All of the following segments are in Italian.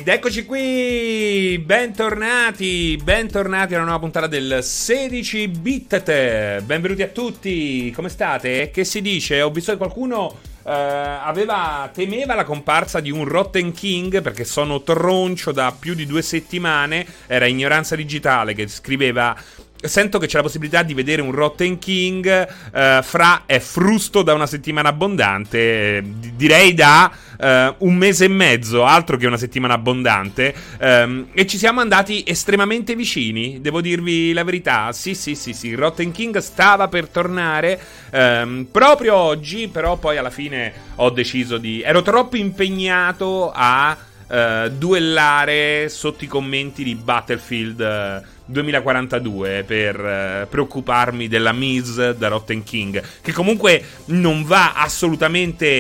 ed eccoci qui, bentornati a una nuova puntata del 16-bit. Benvenuti a tutti, come state? Che si dice? Ho visto che qualcuno temeva la comparsa di un Rotten King, perché sono troncio da più di 2 settimane. Era Ignoranza Digitale che scriveva: sento che c'è la possibilità di vedere un Rotten King, Fra è frusto da una settimana abbondante, direi da un mese e mezzo, altro che una settimana abbondante, e ci siamo andati estremamente vicini, devo dirvi la verità. Sì, Rotten King stava per tornare proprio oggi, però poi alla fine ho deciso ero troppo impegnato a duellare sotto i commenti di Battlefield 2042 per preoccuparmi della mise da Rotten King, che comunque non va assolutamente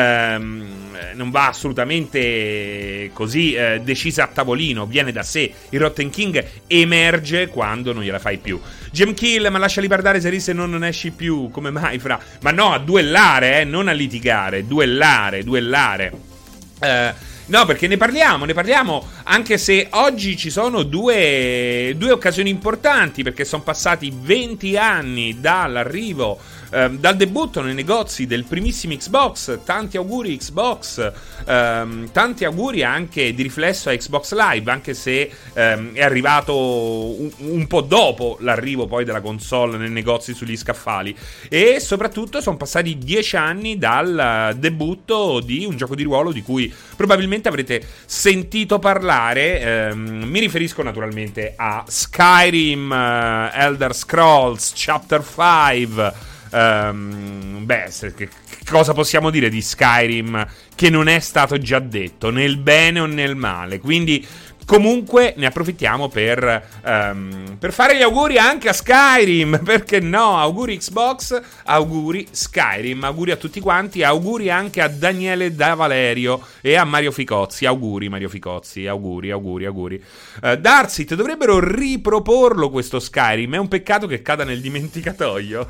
così decisa a tavolino, viene da sé. Il Rotten King emerge quando non gliela fai più. Gem Kill, ma lasciali parlare, se se non esci più. Come mai, Fra? Ma no, a duellare, non a litigare. Duellare. No, perché ne parliamo, anche se oggi ci sono due occasioni importanti, perché sono passati 20 anni dall'arrivo, dal debutto nei negozi del primissimo Xbox. Tanti auguri Xbox, tanti auguri anche di riflesso a Xbox Live, anche se è arrivato un po' dopo l'arrivo poi della console nei negozi sugli scaffali. E soprattutto sono passati 10 anni dal debutto di un gioco di ruolo di cui probabilmente avrete sentito parlare. Mi riferisco naturalmente a Skyrim, Elder Scrolls Chapter 5. Che cosa possiamo dire di Skyrim che non è stato già detto, nel bene o nel male? Quindi comunque ne approfittiamo per fare gli auguri anche a Skyrim, perché no? Auguri Xbox, auguri Skyrim, auguri a tutti quanti, auguri anche a Daniele Da Valerio e a Mario Ficozzi. Auguri Mario Ficozzi, auguri. Darsit, dovrebbero riproporlo questo Skyrim, è un peccato che cada nel dimenticatoio.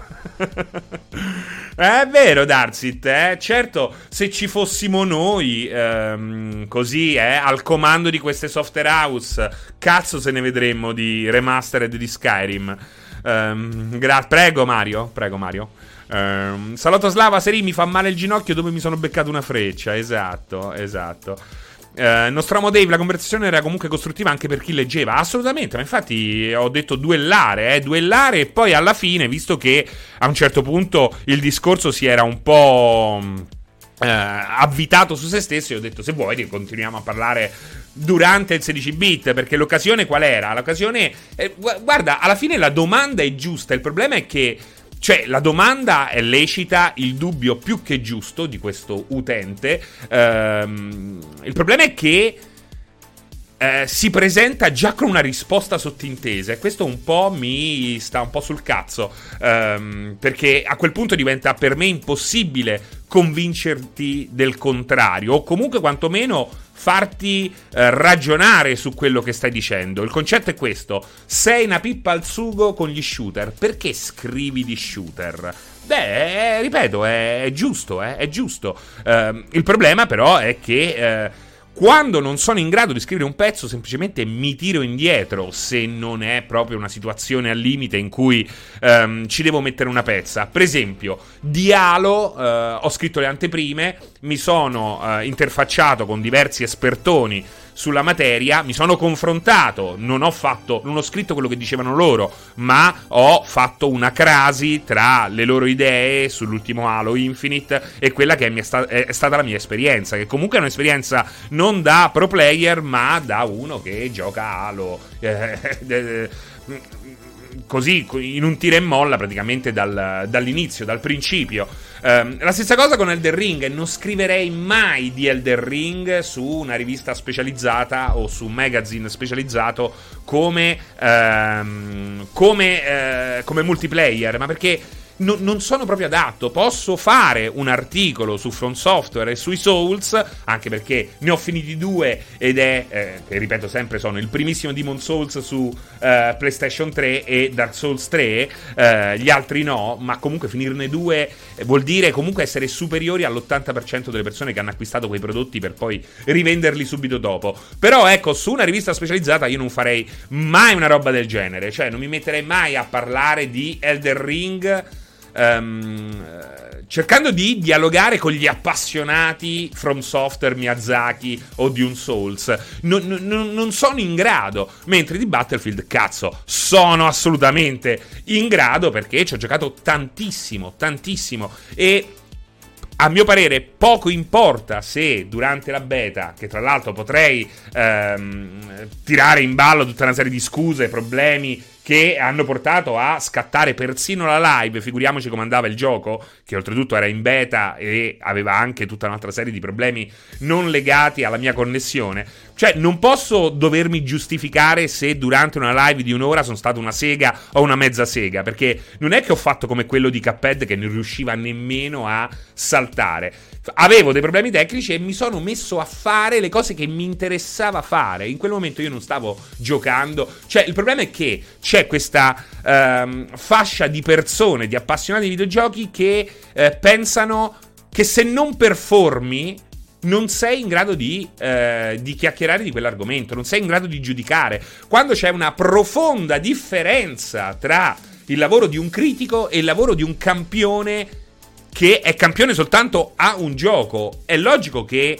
È vero, Darsit, certo, se ci fossimo noi così al comando di queste software house, cazzo se ne vedremmo di remastered di Skyrim. Prego Mario. Salotto Seri, mi fa male il ginocchio dove mi sono beccato una freccia. Esatto. Nostromo Dave, la conversazione era comunque costruttiva anche per chi leggeva. Assolutamente, ma infatti ho detto duellare, e poi alla fine, visto che a un certo punto il discorso si era un po' avvitato su se stesso, io ho detto: se vuoi continuiamo a parlare durante il 16-bit, perché l'occasione qual era? L'occasione, guarda, alla fine la domanda è giusta, il problema è che, cioè, la domanda è lecita, il dubbio più che giusto di questo utente. Il problema è che si presenta già con una risposta sottintesa, e questo un po' mi sta un po' sul cazzo, perché a quel punto diventa per me impossibile convincerti del contrario, o comunque quantomeno farti ragionare su quello che stai dicendo. Il concetto è questo: sei una pippa al sugo con gli shooter, perché scrivi di shooter? Beh, ripeto, è giusto, è giusto. Il problema però è che quando non sono in grado di scrivere un pezzo, semplicemente mi tiro indietro, se non è proprio una situazione al limite in cui ci devo mettere una pezza. Per esempio, di Halo, ho scritto le anteprime, mi sono interfacciato con diversi espertoni sulla materia, mi sono confrontato, non ho scritto quello che dicevano loro, ma ho fatto una crasi tra le loro idee sull'ultimo Halo Infinite e quella che è stata la mia esperienza, che comunque è un'esperienza non da pro player, ma da uno che gioca Halo così, in un tira e molla praticamente dall'inizio, dal principio. La stessa cosa con Elden Ring. Non scriverei mai di Elden Ring su una rivista specializzata o su un magazine specializzato come multiplayer, ma perché non sono proprio adatto. Posso fare un articolo su From Software e sui Souls, anche perché ne ho finiti 2 ed è, che ripeto sempre, sono il primissimo Demon Souls su PlayStation 3 e Dark Souls 3, gli altri no, ma comunque finirne 2 vuol dire comunque essere superiori all'80% delle persone che hanno acquistato quei prodotti per poi rivenderli subito dopo. Però ecco, su una rivista specializzata io non farei mai una roba del genere, cioè non mi metterei mai a parlare di Elden Ring cercando di dialogare con gli appassionati From Software, Miyazaki o di un Souls. Non sono in grado. Mentre di Battlefield, cazzo, sono assolutamente in grado, perché ci ho giocato tantissimo e a mio parere poco importa se durante la beta, che tra l'altro potrei tirare in ballo tutta una serie di scuse, problemi che hanno portato a scattare persino la live, figuriamoci come andava il gioco, che oltretutto era in beta e aveva anche tutta un'altra serie di problemi non legati alla mia connessione. Cioè non posso dovermi giustificare se durante una live di un'ora sono stato una sega o una mezza sega, perché non è che ho fatto come quello di Cuphead che non riusciva nemmeno a saltare. Avevo dei problemi tecnici e mi sono messo a fare le cose che mi interessava fare. In quel momento io non stavo giocando. Cioè il problema è che c'è questa fascia di persone, di appassionati di videogiochi che pensano che se non performi non sei in grado di chiacchierare di quell'argomento, non sei in grado di giudicare, quando c'è una profonda differenza tra il lavoro di un critico e il lavoro di un campione che è campione soltanto a un gioco. È logico che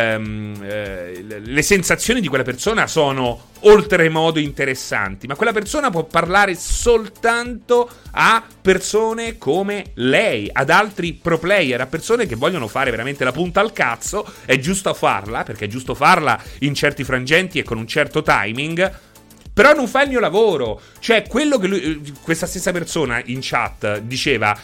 le sensazioni di quella persona sono oltremodo interessanti, ma quella persona può parlare soltanto a persone come lei, ad altri pro player, a persone che vogliono fare veramente la punta al cazzo. È giusto farla, perché è giusto farla in certi frangenti e con un certo timing, però non fa il mio lavoro. Cioè quello che questa stessa persona in chat diceva,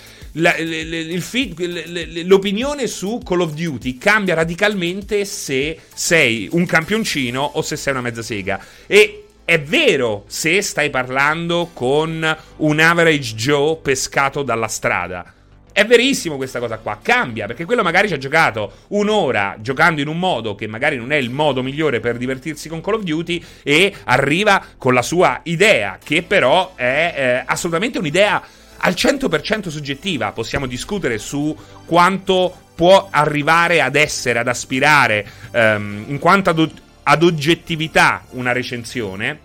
l'opinione su Call of Duty cambia radicalmente se sei un campioncino o se sei una mezza sega. E è vero se stai parlando con un average Joe pescato dalla strada. È verissimo questa cosa qua, cambia, perché quello magari ci ha giocato un'ora giocando in un modo che magari non è il modo migliore per divertirsi con Call of Duty e arriva con la sua idea, che però è assolutamente un'idea al 100% soggettiva. Possiamo discutere su quanto può arrivare ad essere, ad aspirare, in quanto ad oggettività una recensione.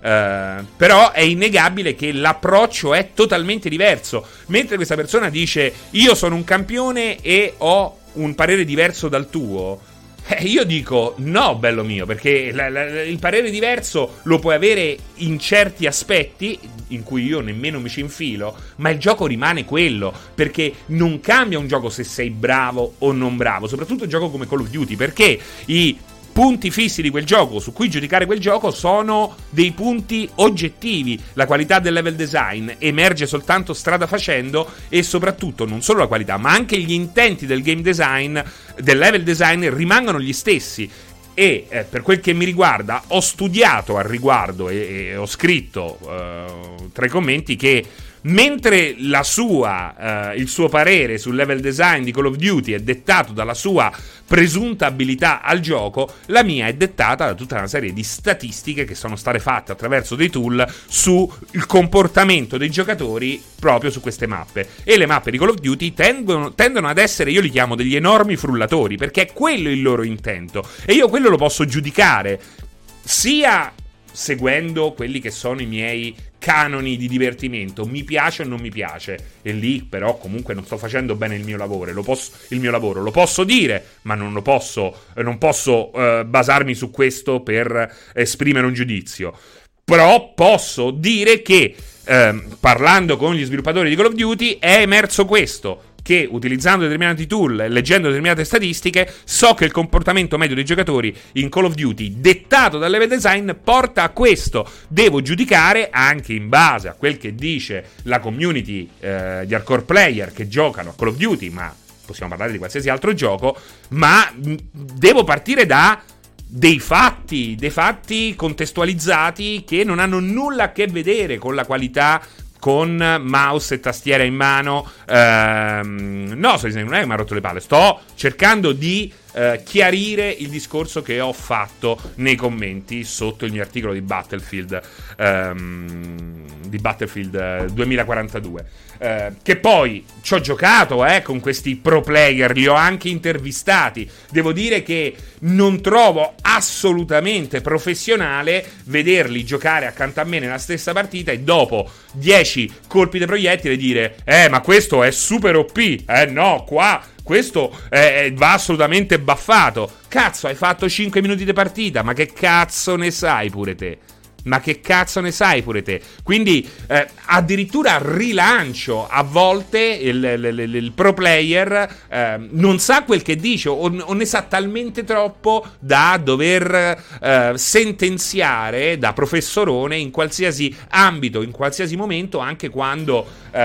Però è innegabile che l'approccio è totalmente diverso. Mentre questa persona dice io sono un campione e ho un parere diverso dal tuo, io dico no, bello mio, perché il parere diverso lo puoi avere in certi aspetti in cui io nemmeno mi ci infilo, ma il gioco rimane quello, perché non cambia un gioco se sei bravo o non bravo, soprattutto un gioco come Call of Duty, perché i punti fissi di quel gioco, su cui giudicare quel gioco, sono dei punti oggettivi. La qualità del level design emerge soltanto strada facendo, e soprattutto non solo la qualità, ma anche gli intenti del game design, del level design, rimangono gli stessi. E per quel che mi riguarda, ho studiato al riguardo e ho scritto tra i commenti che mentre il suo parere sul level design di Call of Duty è dettato dalla sua presunta abilità al gioco, la mia è dettata da tutta una serie di statistiche che sono state fatte attraverso dei tool sul comportamento dei giocatori proprio su queste mappe. E le mappe di Call of Duty tendono ad essere, io li chiamo degli enormi frullatori, perché è quello il loro intento, e io quello lo posso giudicare sia seguendo quelli che sono i miei canoni di divertimento, mi piace o non mi piace, e lì però comunque non sto facendo bene il mio lavoro, lo posso dire, ma non posso basarmi su questo per esprimere un giudizio. Però posso dire che parlando con gli sviluppatori di Call of Duty è emerso questo, che utilizzando determinati tool e leggendo determinate statistiche so che il comportamento medio dei giocatori in Call of Duty, dettato dal level design, porta a questo. Devo giudicare anche in base a quel che dice la community di hardcore player che giocano a Call of Duty, ma possiamo parlare di qualsiasi altro gioco, ma devo partire da dei fatti contestualizzati che non hanno nulla a che vedere con la qualità con mouse e tastiera in mano. No, non è che mi ha rotto le palle, sto cercando di chiarire il discorso che ho fatto nei commenti sotto il mio articolo di Battlefield 2042. Che poi ci ho giocato con questi pro player, li ho anche intervistati. Devo dire che non trovo assolutamente professionale vederli giocare accanto a me nella stessa partita e dopo 10 colpi di proiettile dire ma questo è super OP, no, qua questo va assolutamente baffato. Cazzo, hai fatto 5 minuti di partita, ma che cazzo ne sai pure te? Quindi addirittura rilancio a volte il pro player non sa quel che dice o ne sa talmente troppo da dover sentenziare da professorone in qualsiasi ambito, in qualsiasi momento, anche quando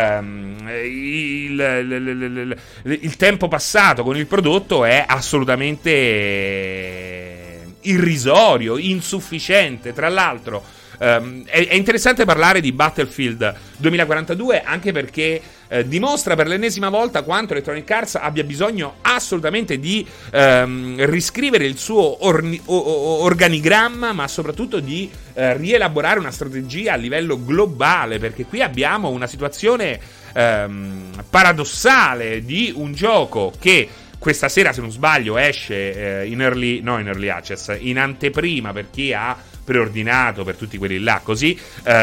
il tempo passato con il prodotto è assolutamente irrisorio, insufficiente. Tra l'altro è interessante parlare di Battlefield 2042 anche perché dimostra per l'ennesima volta quanto Electronic Arts abbia bisogno assolutamente di riscrivere il suo organigramma, ma soprattutto di rielaborare una strategia a livello globale, perché qui abbiamo una situazione paradossale di un gioco che questa sera, se non sbaglio, esce in early access, in anteprima per chi ha preordinato, per tutti quelli là, così.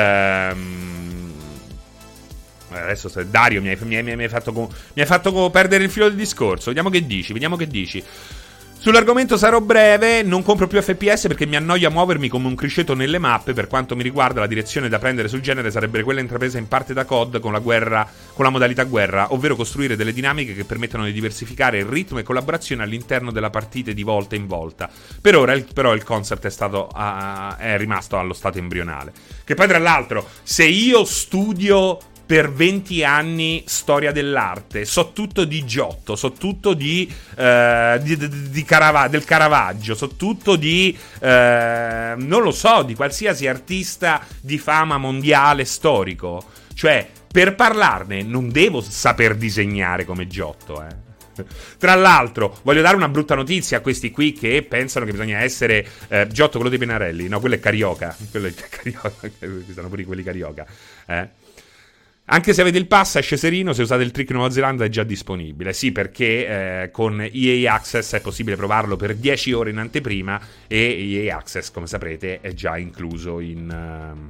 Adesso Dario mi hai fatto perdere il filo del discorso. Vediamo che dici. Sull'argomento sarò breve, non compro più FPS perché mi annoia muovermi come un criceto nelle mappe. Per quanto mi riguarda, la direzione da prendere sul genere sarebbe quella intrapresa in parte da COD con la modalità guerra, ovvero costruire delle dinamiche che permettano di diversificare il ritmo e collaborazione all'interno della partita di volta in volta. Per ora però il concept è rimasto allo stato embrionale. Che poi tra l'altro, se io studio per 20 anni storia dell'arte, so tutto di Giotto, so tutto del Caravaggio, so tutto di non lo so, di qualsiasi artista di fama mondiale storico. Cioè, per parlarne non devo saper disegnare come Giotto, Tra l'altro, voglio dare una brutta notizia a questi qui che pensano che bisogna essere Giotto, quello dei Pennarelli. No, quello è Carioca. Ci sono pure quelli Carioca, Anche se avete il pass esce serino, se usate il trick Nuova Zelanda è già disponibile. Sì, perché con EA Access è possibile provarlo per 10 ore in anteprima e EA Access, come saprete, è già incluso nel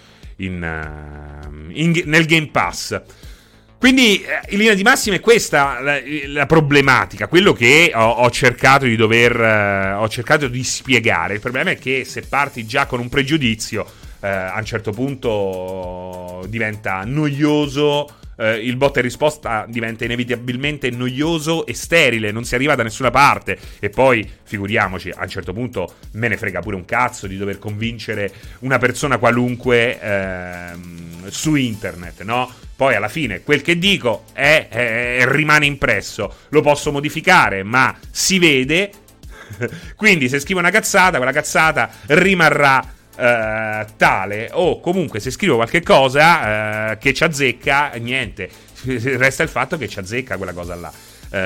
Game Pass. Quindi in linea di massima è questa la problematica, quello che ho cercato di spiegare. Il problema è che se parti già con un pregiudizio, a un certo punto diventa noioso, il botta e risposta diventa inevitabilmente noioso e sterile, non si arriva da nessuna parte. E poi figuriamoci, a un certo punto me ne frega pure un cazzo di dover convincere una persona qualunque su internet, no? Poi alla fine quel che dico rimane impresso, lo posso modificare ma si vede. Quindi se scrivo una cazzata, quella cazzata rimarrà tale, o comunque se scrivo qualche cosa che ci azzecca, niente, resta il fatto che ci azzecca quella cosa là.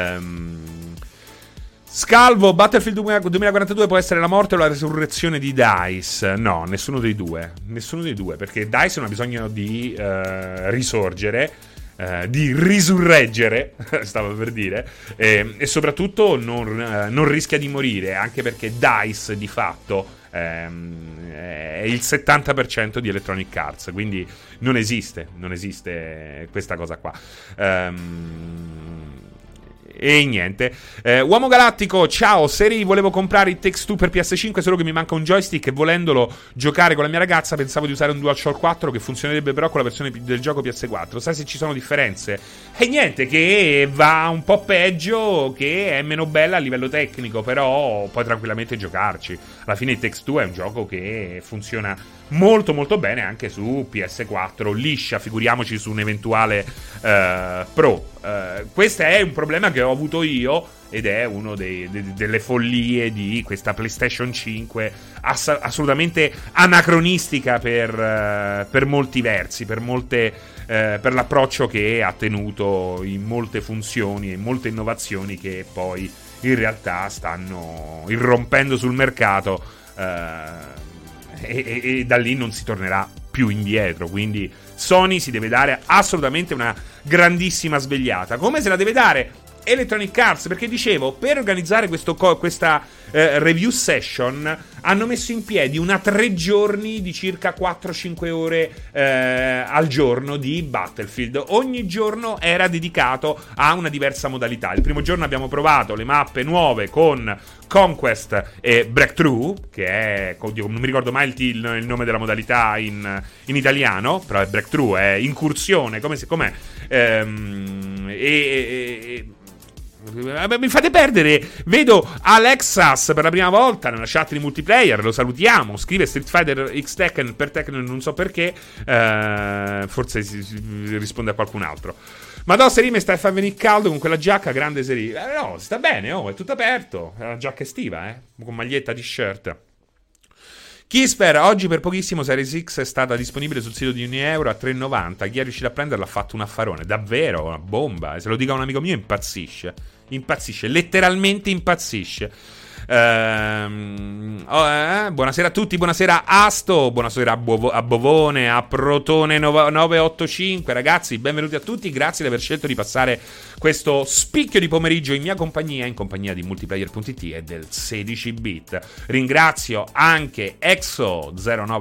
Scalvo, Battlefield 2042 può essere la morte o la resurrezione di DICE? No, nessuno dei due, perché DICE non ha bisogno di risorgere, di risurreggere, stavo per dire, e soprattutto non rischia di morire, anche perché DICE di fatto è il 70% di Electronic Arts, quindi non esiste questa cosa qua. E niente. Uomo Galattico, ciao. Seri, volevo comprare It Takes Two per PS5, solo che mi manca un joystick e volendolo giocare con la mia ragazza pensavo di usare un DualShock 4 che funzionerebbe però con la versione del gioco PS4. Sai se ci sono differenze? E niente, che va un po' peggio, che è meno bella a livello tecnico, però puoi tranquillamente giocarci. Alla fine It Takes Two è un gioco che funziona molto molto bene anche su PS4 liscia, figuriamoci su un eventuale Pro. Questo è un problema che ho avuto io, ed è uno delle follie di questa PlayStation 5 assolutamente anacronistica per molti versi, per l'approccio che ha tenuto in molte funzioni e in molte innovazioni che poi in realtà stanno irrompendo sul mercato, e da lì non si tornerà più indietro. Quindi Sony si deve dare assolutamente una grandissima svegliata, come se la deve dare Electronic Arts, perché dicevo, per organizzare questa review session hanno messo in piedi una 3 giorni di circa 4-5 ore al giorno di Battlefield. Ogni giorno era dedicato a una diversa modalità. Il primo giorno abbiamo provato le mappe nuove con Conquest e Breakthrough, che è, oddio, non mi ricordo mai il nome della modalità in italiano, però è Breakthrough, è incursione, com'è? Mi fate perdere. Vedo Alexas per la prima volta nella chat di multiplayer, lo salutiamo. Scrive Street Fighter X Tekken per Tekken, non so perché, forse si risponde a qualcun altro. Ma no, Serime sta a venire caldo con quella giacca, grande Serime. No, sta bene, è tutto aperto. È una giacca estiva, con maglietta, t-shirt. Kisper, oggi per pochissimo Series X è stata disponibile sul sito di €1 a $3,90. Chi è riuscito a prenderla ha fatto un affarone. Davvero, una bomba. Se lo dica un amico mio impazzisce. Letteralmente impazzisce. Buonasera a tutti, buonasera Asto, buonasera a Bovone, a Protone 985. Ragazzi, benvenuti a tutti, grazie di aver scelto di passare questo spicchio di pomeriggio in mia compagnia, in compagnia di Multiplayer.it e del 16-bit. Ringrazio anche Exo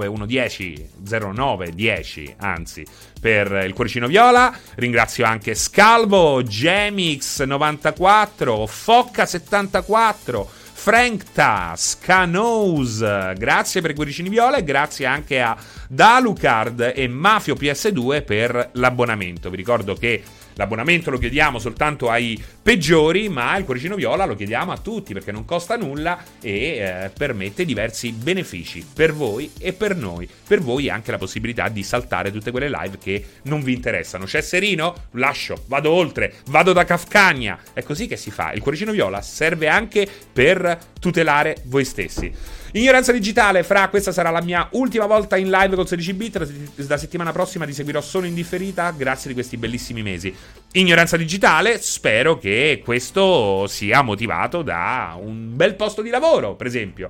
0910 anzi, per il cuoricino viola. Ringrazio anche Scalvo, Gemix 94, Focca 74, Frankta, Scanose, grazie per i cuoricini viola, e grazie anche a Dalucard e Mafio PS2 per l'abbonamento. Vi ricordo che l'abbonamento lo chiediamo soltanto ai peggiori, ma il cuoricino viola lo chiediamo a tutti perché non costa nulla e permette diversi benefici per voi e per noi. Per voi anche la possibilità di saltare tutte quelle live che non vi interessano. C'è Serino? Lascio, vado oltre, vado da Cafcagna. È così che si fa. Il cuoricino viola serve anche per tutelare voi stessi. Ignoranza digitale, fra, questa sarà la mia ultima volta in live con 16-bit. Da settimana prossima ti seguirò solo in differita. Grazie di questi bellissimi mesi. Ignoranza digitale, spero che questo sia motivato da un bel posto di lavoro, per esempio.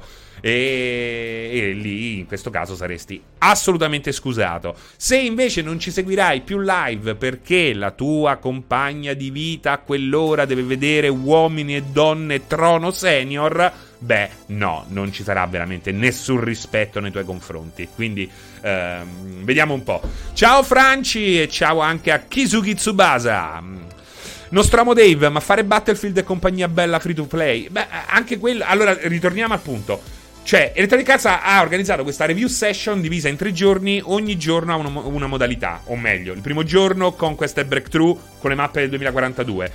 E lì in questo caso saresti assolutamente scusato. Se invece non ci seguirai più live perché la tua compagna di vita a quell'ora deve vedere Uomini e Donne Trono Senior, beh, no, non ci sarà veramente nessun rispetto nei tuoi confronti. Quindi vediamo un po'. Ciao Franci e ciao anche a Kizuki Tsubasa. Nostromo Dave, ma fare Battlefield e compagnia bella free to play? Beh, anche quello. Allora, ritorniamo al punto. Cioè, Electronic Arts ha organizzato questa review session divisa in 3 giorni, ogni giorno ha una modalità, o meglio, il primo giorno Conquest e Breakthrough con le mappe del 2042.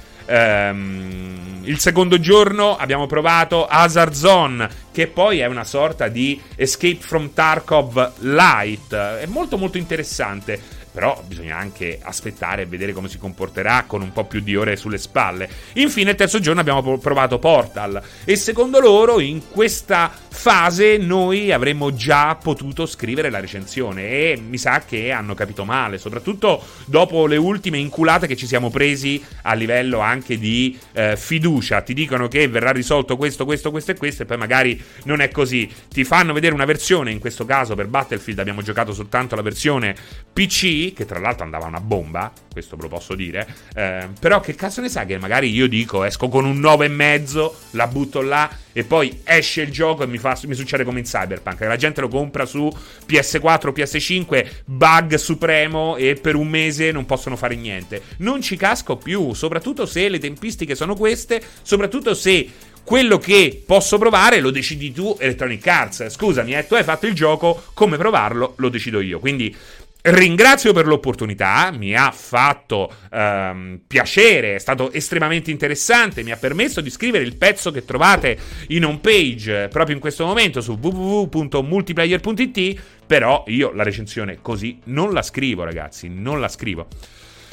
Il secondo giorno abbiamo provato Hazard Zone, che poi è una sorta di Escape from Tarkov light. È molto molto interessante. Però bisogna anche aspettare e vedere come si comporterà con un po' più di ore sulle spalle. Infine, il terzo giorno abbiamo provato Portal. E secondo loro, in questa fase, noi avremmo già potuto scrivere la recensione. E mi sa che hanno capito male, soprattutto dopo le ultime inculate che ci siamo presi a livello anche di fiducia. Ti dicono che verrà risolto questo e questo, e poi magari non è così. Ti fanno vedere una versione, in questo caso per Battlefield abbiamo giocato soltanto la versione PC, che tra l'altro andava una bomba, questo ve lo posso dire, però che cazzo ne sa che magari io dico esco con un 9,5, la butto là e poi esce il gioco e mi succede come in Cyberpunk, che la gente lo compra su PS4, PS5, bug supremo, e per un mese non possono fare niente. Non ci casco più, soprattutto se le tempistiche sono queste, soprattutto se quello che posso provare lo decidi tu, Electronic Arts. Scusami, tu hai fatto il gioco, come provarlo lo decido io. Quindi ringrazio per l'opportunità, mi ha fatto piacere, è stato estremamente interessante, mi ha permesso di scrivere il pezzo che trovate in home page proprio in questo momento su www.multiplayer.it, però io la recensione così non la scrivo, ragazzi, non la scrivo.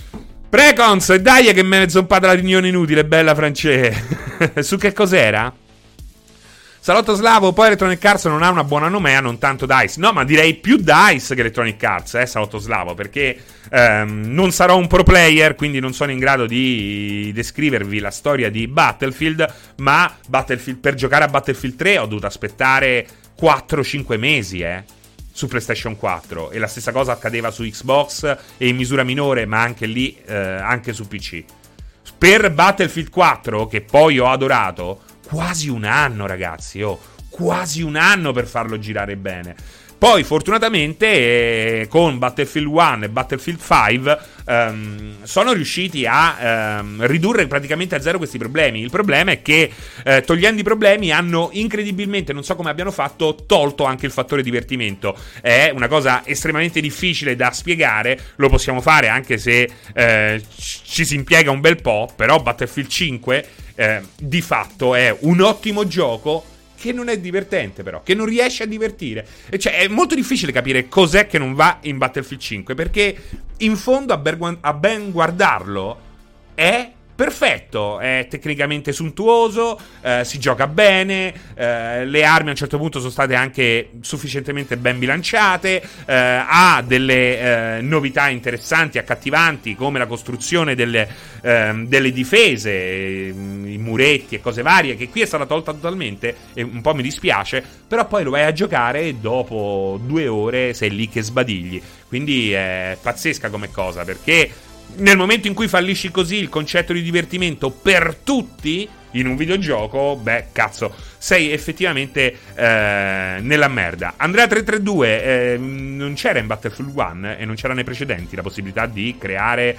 Precons, dai che mi è zompata la riunione inutile, bella Francesca. Su che cos'era? Salotto Slavo, poi Electronic Arts non ha una buona nomea, non tanto DICE. No, ma direi più DICE che Electronic Arts, Salotto Slavo, perché non sarò un pro player, quindi non sono in grado di descrivervi la storia di Battlefield, ma per giocare a Battlefield 3 ho dovuto aspettare 4-5 mesi, su PlayStation 4, e la stessa cosa accadeva su Xbox e in misura minore, ma anche lì, anche su PC. Per Battlefield 4, che poi ho adorato, quasi un anno, ragazzi, quasi un anno per farlo girare bene. Poi, fortunatamente, con Battlefield 1 e Battlefield 5 sono riusciti a ridurre praticamente a zero questi problemi. Il problema è che, togliendo i problemi, hanno incredibilmente, non so come abbiano fatto, tolto anche il fattore divertimento. È una cosa estremamente difficile da spiegare, lo possiamo fare anche se ci si impiega un bel po', però Battlefield 5 di fatto è un ottimo gioco che non è divertente, però, che non riesce a divertire. E cioè, è molto difficile capire cos'è che non va in Battlefield 5, perché in fondo, a ben guardarlo, è perfetto, è tecnicamente suntuoso, si gioca bene, le armi a un certo punto sono state anche sufficientemente ben bilanciate, ha delle novità interessanti, accattivanti, come la costruzione delle difese, i muretti e cose varie, che qui è stata tolta totalmente e un po' mi dispiace, però poi lo vai a giocare e dopo 2 ore sei lì che sbadigli. Quindi è pazzesca come cosa, perché nel momento in cui fallisci così il concetto di divertimento per tutti in un videogioco, beh, cazzo, sei effettivamente nella merda. Andrea 332, non c'era in Battlefield 1 e non c'era nei precedenti la possibilità di creare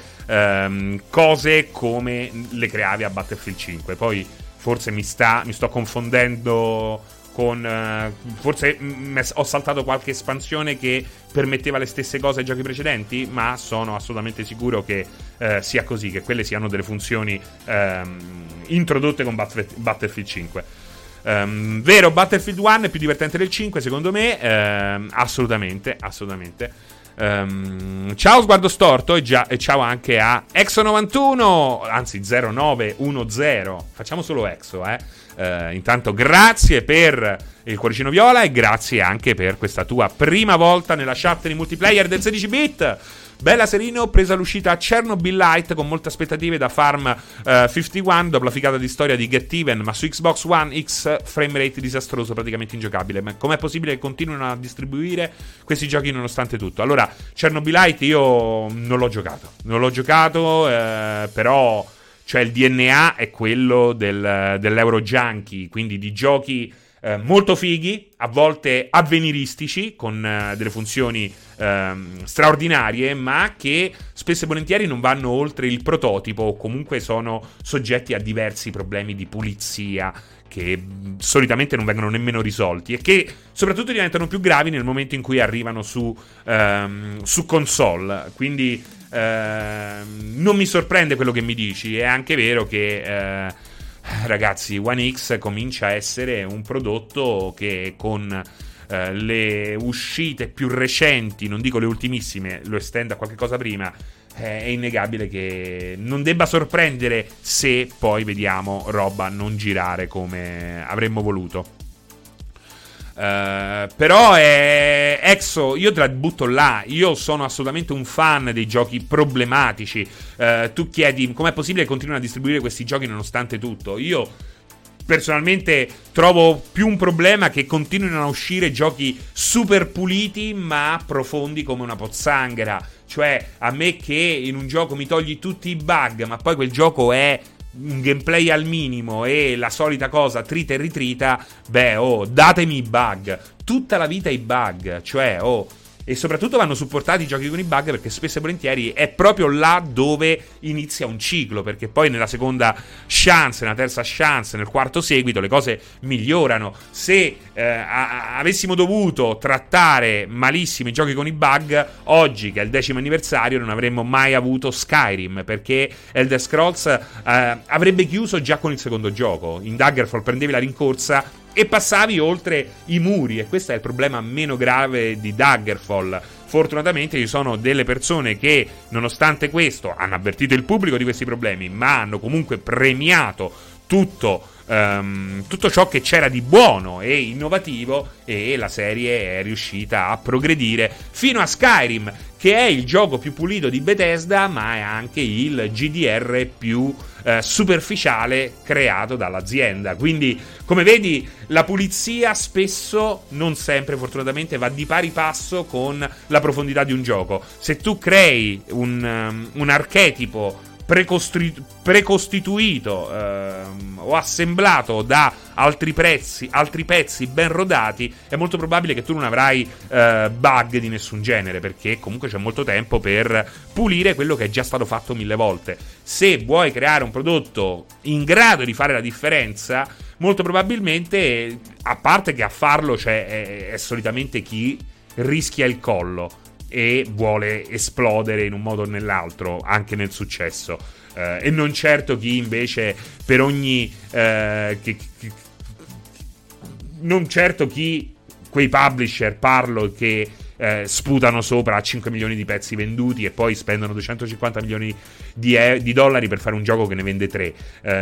cose come le creavi a Battlefield 5. Poi forse mi sto confondendo con forse ho saltato qualche espansione che permetteva le stesse cose ai giochi precedenti, ma sono assolutamente sicuro che sia così, che quelle siano delle funzioni introdotte con Battlefield 5. Vero, Battlefield 1 è più divertente del 5 secondo me, assolutamente. Ciao Sguardo Storto e ciao anche a Exo91, anzi 0910, facciamo solo Exo, intanto grazie per il cuoricino viola e grazie anche per questa tua prima volta nella chat di multiplayer del 16-bit. Bella Serino, presa l'uscita a Chernobyl Light con molte aspettative da Farm 51 dopo la figata di storia di Get Even, ma su Xbox One X framerate disastroso, praticamente ingiocabile. Ma com'è possibile che continuino a distribuire questi giochi nonostante tutto? Allora, Chernobyl Light io non l'ho giocato, però cioè il DNA è quello dell'Euro Junkie, quindi di giochi molto fighi, a volte avveniristici, con delle funzioni straordinarie, ma che spesso e volentieri non vanno oltre il prototipo o comunque sono soggetti a diversi problemi di pulizia che solitamente non vengono nemmeno risolti e che soprattutto diventano più gravi nel momento in cui arrivano su console. Quindi non mi sorprende quello che mi dici. È anche vero che ragazzi, One X comincia a essere un prodotto che con le uscite più recenti, non dico le ultimissime, lo estendo a qualche cosa prima, è innegabile che non debba sorprendere se poi vediamo roba non girare come avremmo voluto. Però Exo, io te la butto là. Io sono assolutamente un fan dei giochi problematici. Tu chiedi com'è possibile che continuino a distribuire questi giochi nonostante tutto. Io personalmente trovo più un problema che continuino a uscire giochi super puliti ma profondi come una pozzanghera. Cioè, a me che in un gioco mi togli tutti i bug, ma poi quel gioco è un gameplay al minimo e la solita cosa trita e ritrita, datemi i bug, tutta la vita i bug, cioè e soprattutto vanno supportati i giochi con i bug, perché spesso e volentieri è proprio là dove inizia un ciclo, perché poi nella seconda chance, nella terza chance, nel quarto seguito le cose migliorano. Se avessimo dovuto trattare malissimo i giochi con i bug, oggi che è il 10° anniversario non avremmo mai avuto Skyrim, perché Elder Scrolls avrebbe chiuso già con il secondo gioco. In Daggerfall prendevi la rincorsa e passavi oltre i muri, e questo è il problema meno grave di Daggerfall. Fortunatamente ci sono delle persone che, nonostante questo, hanno avvertito il pubblico di questi problemi, ma hanno comunque premiato tutto ciò che c'era di buono e innovativo, e la serie è riuscita a progredire fino a Skyrim, che è il gioco più pulito di Bethesda, ma è anche il GDR più superficiale creato dall'azienda. Quindi, come vedi, la pulizia spesso, non sempre fortunatamente, va di pari passo con la profondità di un gioco. Se tu crei un archetipo precostituito o assemblato da altri pezzi ben rodati, è molto probabile che tu non avrai bug di nessun genere, perché comunque c'è molto tempo per pulire quello che è già stato fatto 1000 volte. Se vuoi creare un prodotto in grado di fare la differenza, molto probabilmente, a parte che a farlo è solitamente chi rischia il collo e vuole esplodere in un modo o nell'altro, anche nel successo, e non certo chi invece per ogni non certo chi, quei publisher, parlo, che sputano sopra a 5 milioni di pezzi venduti e poi spendono 250 milioni di dollari per fare un gioco che ne vende 3,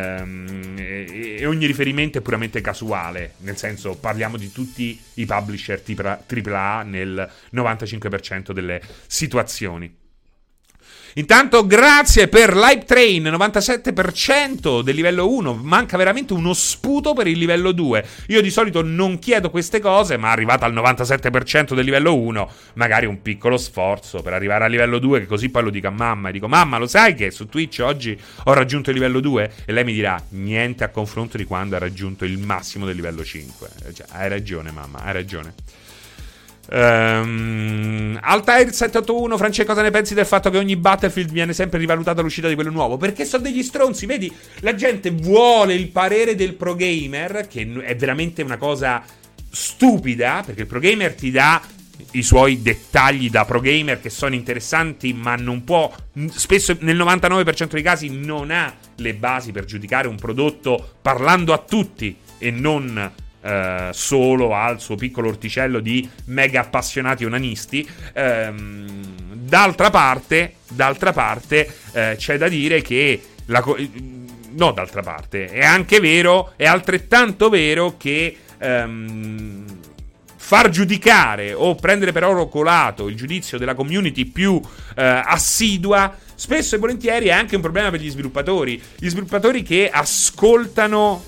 e ogni riferimento è puramente casuale, nel senso, parliamo di tutti i publisher AAA nel 95% delle situazioni. Intanto grazie per Live Train, 97% del livello 1, manca veramente uno sputo per il livello 2. Io di solito non chiedo queste cose, ma arrivata al 97% del livello 1, magari un piccolo sforzo per arrivare al livello 2, che così poi lo dico a mamma, e dico: mamma, lo sai che su Twitch oggi ho raggiunto il livello 2? E lei mi dirà: niente a confronto di quando ha raggiunto il massimo del livello 5. Cioè, hai ragione mamma, hai ragione. Altair 781, Francesco, cosa ne pensi del fatto che ogni Battlefield viene sempre rivalutata all'uscita di quello nuovo? Perché sono degli stronzi, vedi? La gente vuole il parere del pro gamer, che è veramente una cosa stupida, perché il pro gamer ti dà i suoi dettagli da pro gamer che sono interessanti, ma non può, spesso nel 99% dei casi non ha le basi per giudicare un prodotto parlando a tutti e non solo al suo piccolo orticello di mega appassionati onanisti. D'altra parte c'è da dire che no, d'altra parte è anche vero, è altrettanto vero che far giudicare o prendere per oro colato il giudizio della community più assidua spesso e volentieri è anche un problema per gli sviluppatori che ascoltano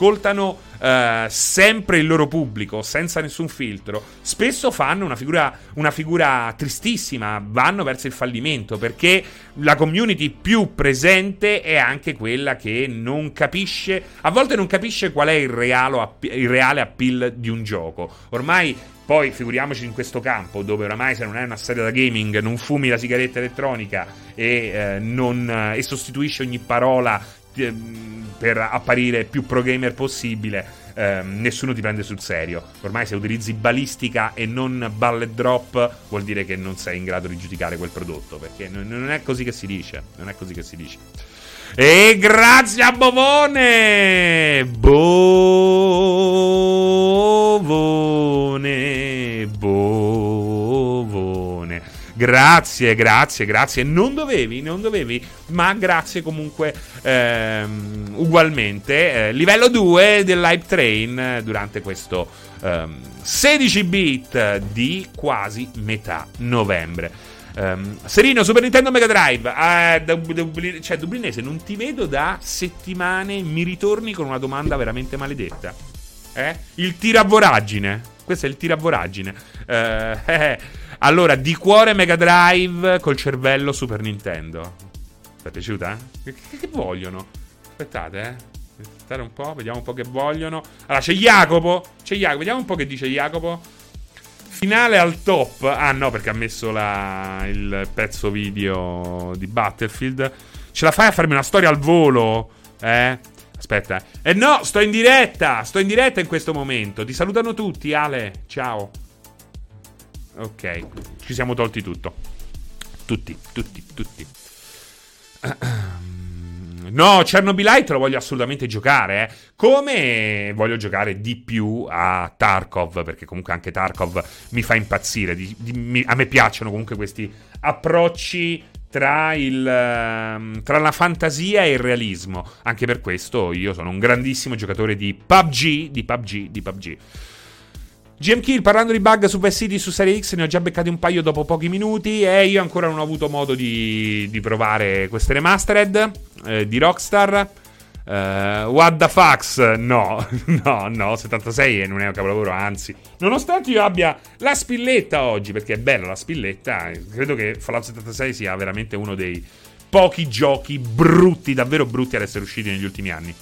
sempre il loro pubblico senza nessun filtro. Spesso fanno una figura tristissima, vanno verso il fallimento, perché la community più presente è anche quella che non capisce, a volte non capisce qual è il reale appeal di un gioco. Ormai, poi figuriamoci in questo campo, dove oramai, se non è una serie da gaming, non fumi la sigaretta elettronica e sostituisci ogni parola per apparire più pro gamer possibile, nessuno ti prende sul serio. Ormai, se utilizzi balistica e non bullet drop, vuol dire che non sei in grado di giudicare quel prodotto, perché non è così che si dice. Non è così che si dice. E grazie a Bovone. Grazie. Non dovevi, ma grazie comunque ugualmente. Livello 2 del Live Train durante questo 16 bit di quasi metà novembre. Serino, Super Nintendo Mega Drive. Cioè, Dublinese, non ti vedo da settimane. Mi ritorni con una domanda veramente maledetta. Il tiro a voragine. Questo è il tiro a voragine. Allora, di cuore Mega Drive, col cervello Super Nintendo. Ti è piaciuta? Che vogliono? Aspettate, aspettate un po', vediamo un po' che vogliono. Allora, c'è Jacopo, vediamo un po' che dice Jacopo. Finale al top. Ah no, perché ha messo il pezzo video di Battlefield. Ce la fai a farmi una storia al volo? Aspetta. No, sto in diretta in questo momento. Ti salutano tutti, Ale. Ciao. Ok, ci siamo tolti tutto. Tutti. No, Chernobylite lo voglio assolutamente giocare, come voglio giocare di più a Tarkov, perché comunque anche Tarkov mi fa impazzire. A me piacciono comunque questi approcci tra la fantasia e il realismo. Anche per questo io sono un grandissimo giocatore di PUBG. GM Kill, parlando di bug su Vice City su Serie X, ne ho già beccati un paio dopo pochi minuti e io ancora non ho avuto modo di provare queste remastered di Rockstar. What the fucks? No, 76 non è un capolavoro, anzi, nonostante io abbia la spilletta oggi, perché è bella la spilletta, credo che Fallout 76 sia veramente uno dei pochi giochi brutti, davvero brutti ad essere usciti negli ultimi anni.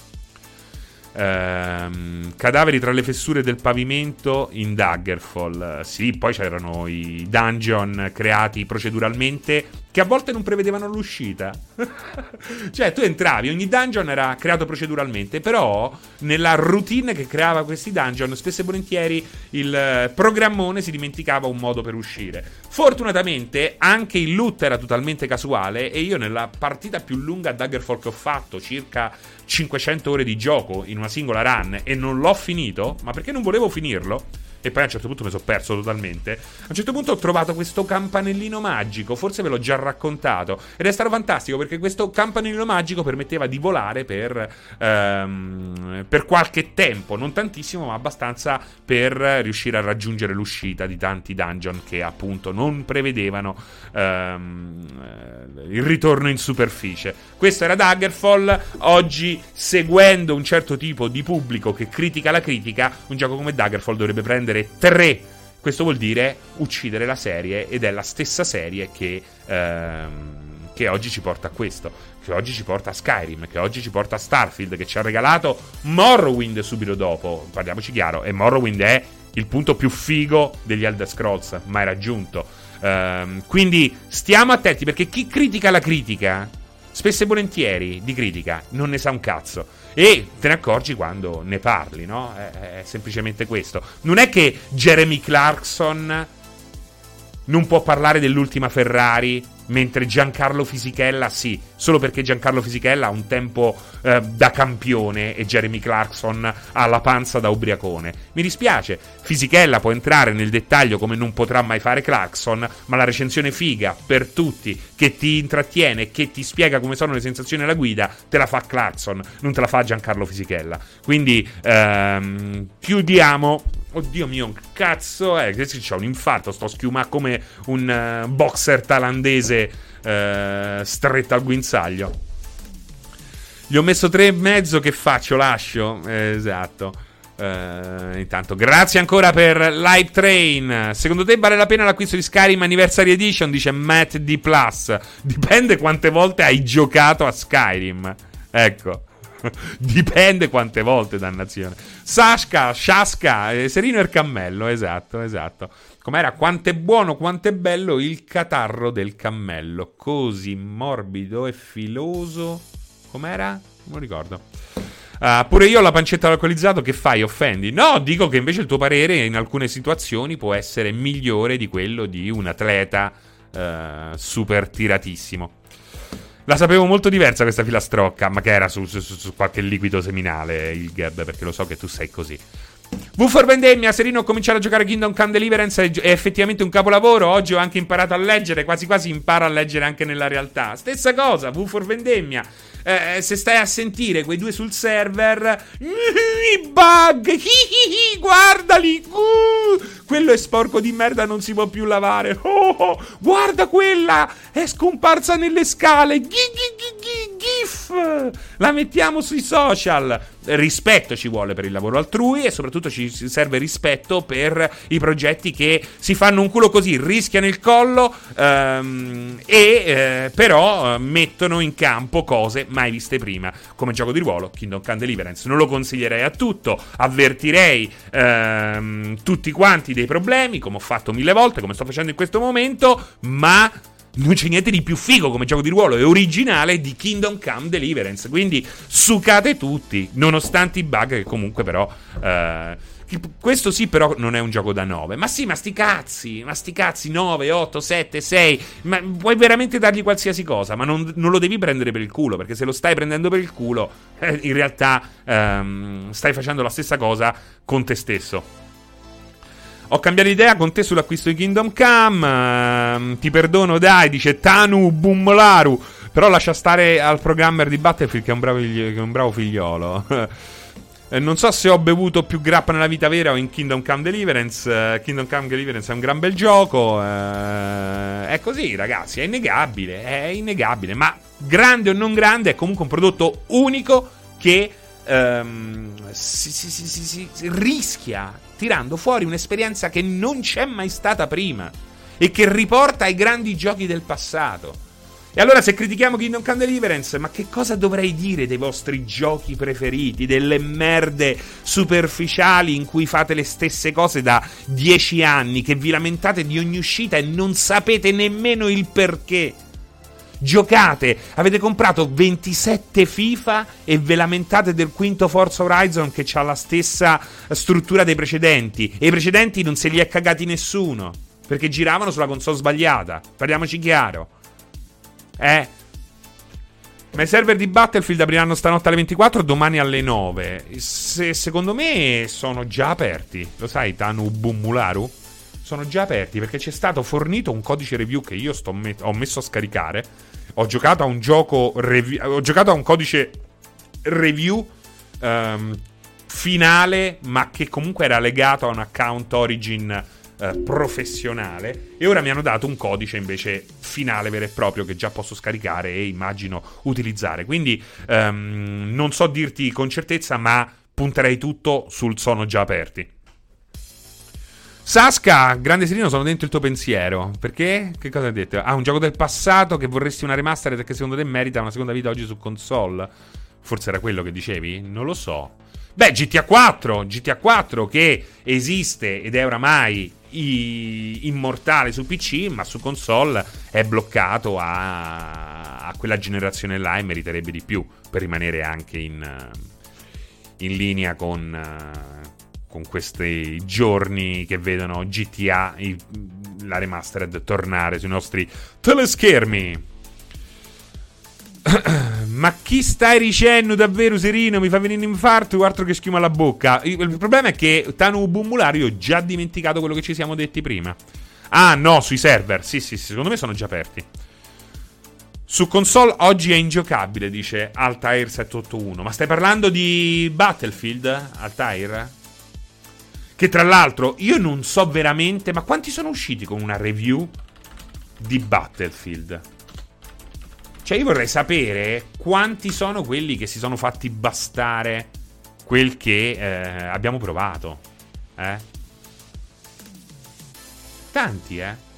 Cadaveri tra le fessure del pavimento in Daggerfall. Sì, poi c'erano i dungeon creati proceduralmente che a volte non prevedevano l'uscita. Cioè tu entravi, ogni dungeon era creato proceduralmente, però nella routine che creava questi dungeon spesso e volentieri il programmone si dimenticava un modo per uscire. Fortunatamente anche il loot era totalmente casuale e io nella partita più lunga a Daggerfall che ho fatto, circa 500 ore di gioco in una singola run, e non l'ho finito, ma perché non volevo finirlo, e poi a un certo punto mi sono perso totalmente. A un certo punto ho trovato questo campanellino magico, forse ve l'ho già raccontato, ed è stato fantastico perché questo campanellino magico permetteva di volare per qualche tempo, non tantissimo ma abbastanza per riuscire a raggiungere l'uscita di tanti dungeon che appunto non prevedevano il ritorno in superficie. Questo era Daggerfall. Oggi, seguendo un certo tipo di pubblico che critica la critica, un gioco come Daggerfall dovrebbe prendere 3. Questo vuol dire uccidere la serie, ed è la stessa serie che oggi ci porta a questo, che oggi ci porta a Skyrim, che oggi ci porta a Starfield, che ci ha regalato Morrowind subito dopo. Parliamoci chiaro, e Morrowind è il punto più figo degli Elder Scrolls mai raggiunto. Quindi stiamo attenti, perché chi critica la critica spesso e volentieri di critica non ne sa un cazzo, e te ne accorgi quando ne parli, no? È semplicemente questo. Non è che Jeremy Clarkson non può parlare dell'ultima Ferrari mentre Giancarlo Fisichella sì, solo perché Giancarlo Fisichella ha un tempo da campione e Jeremy Clarkson ha la panza da ubriacone. Mi dispiace, Fisichella può entrare nel dettaglio come non potrà mai fare Clarkson, ma la recensione figa per tutti, che ti intrattiene, che ti spiega come sono le sensazioni alla guida, te la fa Clarkson, non te la fa Giancarlo Fisichella. Quindi chiudiamo. Oddio mio, cazzo è? Che c'ho un infarto, sto schiumando come un boxer thailandese stretto al guinzaglio. Gli ho messo 3,5, che faccio? Lascio? Esatto. Intanto, grazie ancora per Live Train. Secondo te vale la pena l'acquisto di Skyrim Anniversary Edition? Dice Matt D+. Dipende quante volte hai giocato a Skyrim. Ecco. Dipende quante volte, dannazione. Shaska, Serino il cammello, esatto. Com'era? Quanto è buono, quanto è bello il catarro del cammello, così morbido e filoso. Com'era? Non lo ricordo. Pure io ho la pancetta alcolizzato, che fai? Offendi? No, dico che invece il tuo parere in alcune situazioni può essere migliore di quello di un atleta super tiratissimo. La sapevo molto diversa questa filastrocca, ma che era su qualche liquido seminale, il Gab, perché lo so che tu sei così. V for Vendemmia, Serino, ho cominciato a giocare Kingdom Come Deliverance, è effettivamente un capolavoro. Oggi ho anche imparato a leggere, quasi quasi impara a leggere anche nella realtà. Stessa cosa, V for Vendemmia. Se stai a sentire quei due sul server, i bug, guardali, quello è sporco di merda, non si può più lavare. Guarda quella, è scomparsa nelle scale, gif, la mettiamo sui social. Rispetto ci vuole per il lavoro altrui, e soprattutto ci serve rispetto per i progetti che si fanno un culo così, rischiano il collo, però mettono in campo cose mai viste prima, come gioco di ruolo Kingdom Come Deliverance. Non lo consiglierei a tutto, avvertirei tutti quanti dei problemi, come ho fatto 1000 volte, come sto facendo in questo momento, ma non c'è niente di più figo come gioco di ruolo e originale di Kingdom Come Deliverance. Quindi sucate tutti, nonostante i bug che comunque però Questo sì, però non è un gioco da 9. Ma sì, ma sti cazzi 9, 8, 7, 6. Ma puoi veramente dargli qualsiasi cosa, ma non lo devi prendere per il culo, perché se lo stai prendendo per il culo, in realtà stai facendo la stessa cosa con te stesso. Ho cambiato idea con te sull'acquisto di Kingdom Come. Ti perdono, dai, dice Tanu Bumlaru. Però lascia stare al programmer di Battlefield, che è un bravo figliolo. Non so se ho bevuto più grappa nella vita vera o in Kingdom Come Deliverance. Kingdom Come Deliverance è un gran bel gioco. È così, ragazzi, è innegabile. Ma grande o non grande, è comunque un prodotto unico che si rischia tirando fuori un'esperienza che non c'è mai stata prima e che riporta ai grandi giochi del passato. E allora, se critichiamo Kingdom Come Deliverance, ma che cosa dovrei dire dei vostri giochi preferiti, delle merde superficiali in cui fate le stesse cose da 10 anni, che vi lamentate di ogni uscita e non sapete nemmeno il perché? Giocate, avete comprato 27 FIFA e ve lamentate del quinto Forza Horizon che ha la stessa struttura dei precedenti, e i precedenti non se li è cagati nessuno, perché giravano sulla console sbagliata, parliamoci chiaro. Ma i server di Battlefield apriranno stanotte alle 24, domani alle 9. Secondo me sono già aperti. Lo sai, Tanu Bumularu? Sono già aperti perché c'è stato fornito un codice review che io ho messo a scaricare. Ho giocato a un gioco ho giocato a un codice review finale, ma che comunque era legato a un account Origin professionale, e ora mi hanno dato un codice invece finale vero e proprio che già posso scaricare e immagino utilizzare. Quindi non so dirti con certezza, ma punterei tutto sul sono già aperti. Sasca, grande Serino, sono dentro il tuo pensiero. Perché? Che cosa hai detto? Ah, un gioco del passato che vorresti una remastered e che secondo te merita una seconda vita oggi su console? Forse era quello che dicevi? Non lo so. Beh, GTA 4 che esiste ed è oramai immortale su PC, ma su console è bloccato a quella generazione là, e meriterebbe di più per rimanere anche in linea con questi giorni che vedono GTA, la remastered, tornare sui nostri teleschermi. Ma chi stai dicendo davvero, Serino? Mi fa venire un infarto o altro che schiuma alla bocca. Il problema è che Tanu Bumulari, io ho già dimenticato quello che ci siamo detti prima. Ah no, sui server, sì, secondo me sono già aperti. Su console oggi è ingiocabile, dice Altair 781. Ma stai parlando di Battlefield, Altair? Che tra l'altro io non so veramente, ma quanti sono usciti con una review di Battlefield? Cioè, io vorrei sapere quanti sono quelli che si sono fatti bastare quel che abbiamo provato. Tanti,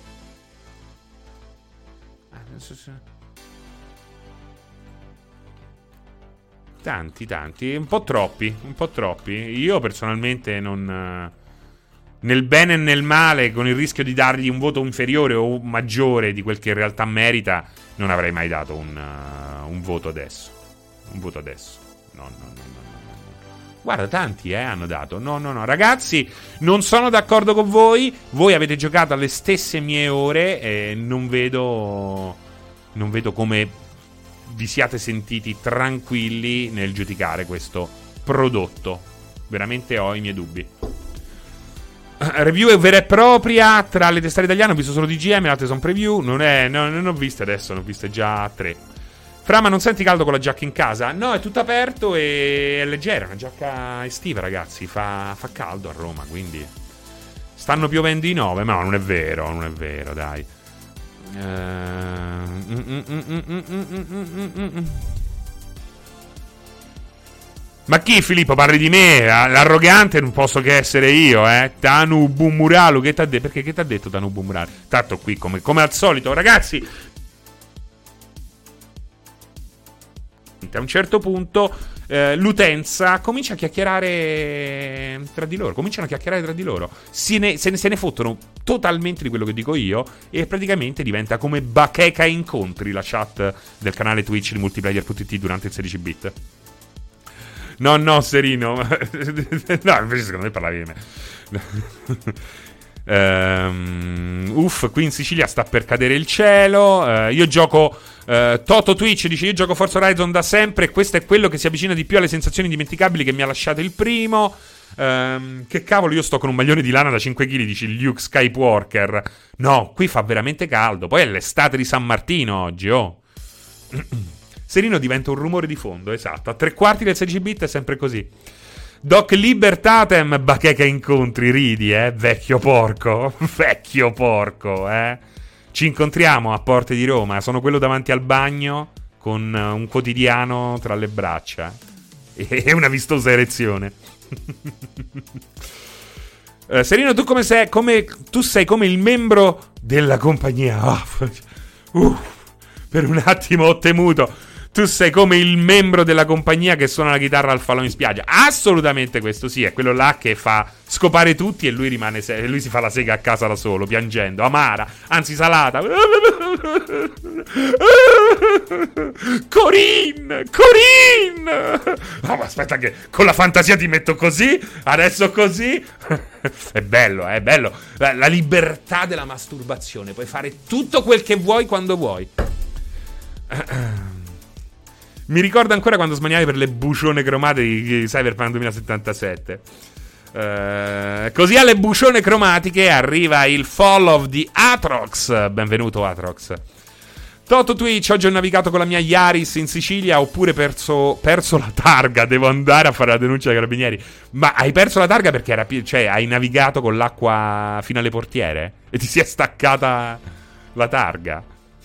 Tanti, un po' troppi. Io personalmente non... nel bene e nel male, con il rischio di dargli un voto inferiore o maggiore di quel che in realtà merita, non avrei mai dato un voto adesso. No. Guarda, tanti hanno dato. No, ragazzi, non sono d'accordo con voi. Voi avete giocato alle stesse mie ore e non vedo come vi siate sentiti tranquilli nel giudicare questo prodotto. Veramente ho i miei dubbi. Review vera e propria tra le testate italiane. Ho visto solo DGM, le altre sono preview. Non ho viste adesso, ne ho viste già 3. Fra, ma non senti caldo con la giacca in casa? No, è tutto aperto e è leggera, una giacca estiva, ragazzi. Fa caldo a Roma, quindi stanno piovendo i 9. Ma no, non è vero, dai. Ma chi, Filippo, parli di me? L'arrogante non posso che essere io, Tanu Bumuralu, che t'ha detto? Perché che t'ha detto Tanu Bumuralu? Tanto qui, come al solito, ragazzi, a un certo punto l'utenza comincia a chiacchierare tra di loro. Se ne fottono totalmente di quello che dico io, e praticamente diventa come bacheca incontri la chat del canale Twitch di Multiplayer.it durante il 16 bit. No, Serino. No, invece secondo me parlavi di me. Qui in Sicilia sta per cadere il cielo. Io gioco Toto Twitch dice: io gioco Forza Horizon da sempre e questo è quello che si avvicina di più alle sensazioni indimenticabili che mi ha lasciato il primo. Che cavolo, io sto con un maglione di lana da 5 kg, dice Luke Skywalker. No, qui fa veramente caldo. Poi è l'estate di San Martino oggi, oh. Serino diventa un rumore di fondo, esatto. A 3/4 del 16-bit è sempre così. Doc Libertatem, bacheca incontri, ridi, vecchio porco. Vecchio porco, Ci incontriamo a Porte di Roma. Sono quello davanti al bagno con un quotidiano tra le braccia e una vistosa erezione. Serino, tu come sei? Tu sei come il membro della compagnia. Per un attimo ho temuto. Tu sei come il membro della compagnia che suona la chitarra al falò in spiaggia. Assolutamente questo sì, è quello là che fa scopare tutti e lui rimane lui si fa la sega a casa da solo, piangendo, amara, anzi salata. Corinne! No, ma aspetta che con la fantasia ti metto così, adesso così. È bello, è bello. La libertà della masturbazione, puoi fare tutto quel che vuoi quando vuoi. Mi ricordo ancora quando smaniavi per le bucione cromate di Cyberpunk 2077. Così alle bucione cromatiche arriva il Fall of the Atrox. Benvenuto Atrox. Toto Twitch, oggi ho navigato con la mia Yaris in Sicilia, oppure perso la targa, devo andare a fare la denuncia ai carabinieri. Ma hai perso la targa perché hai navigato con l'acqua fino alle portiere? E ti si è staccata la targa?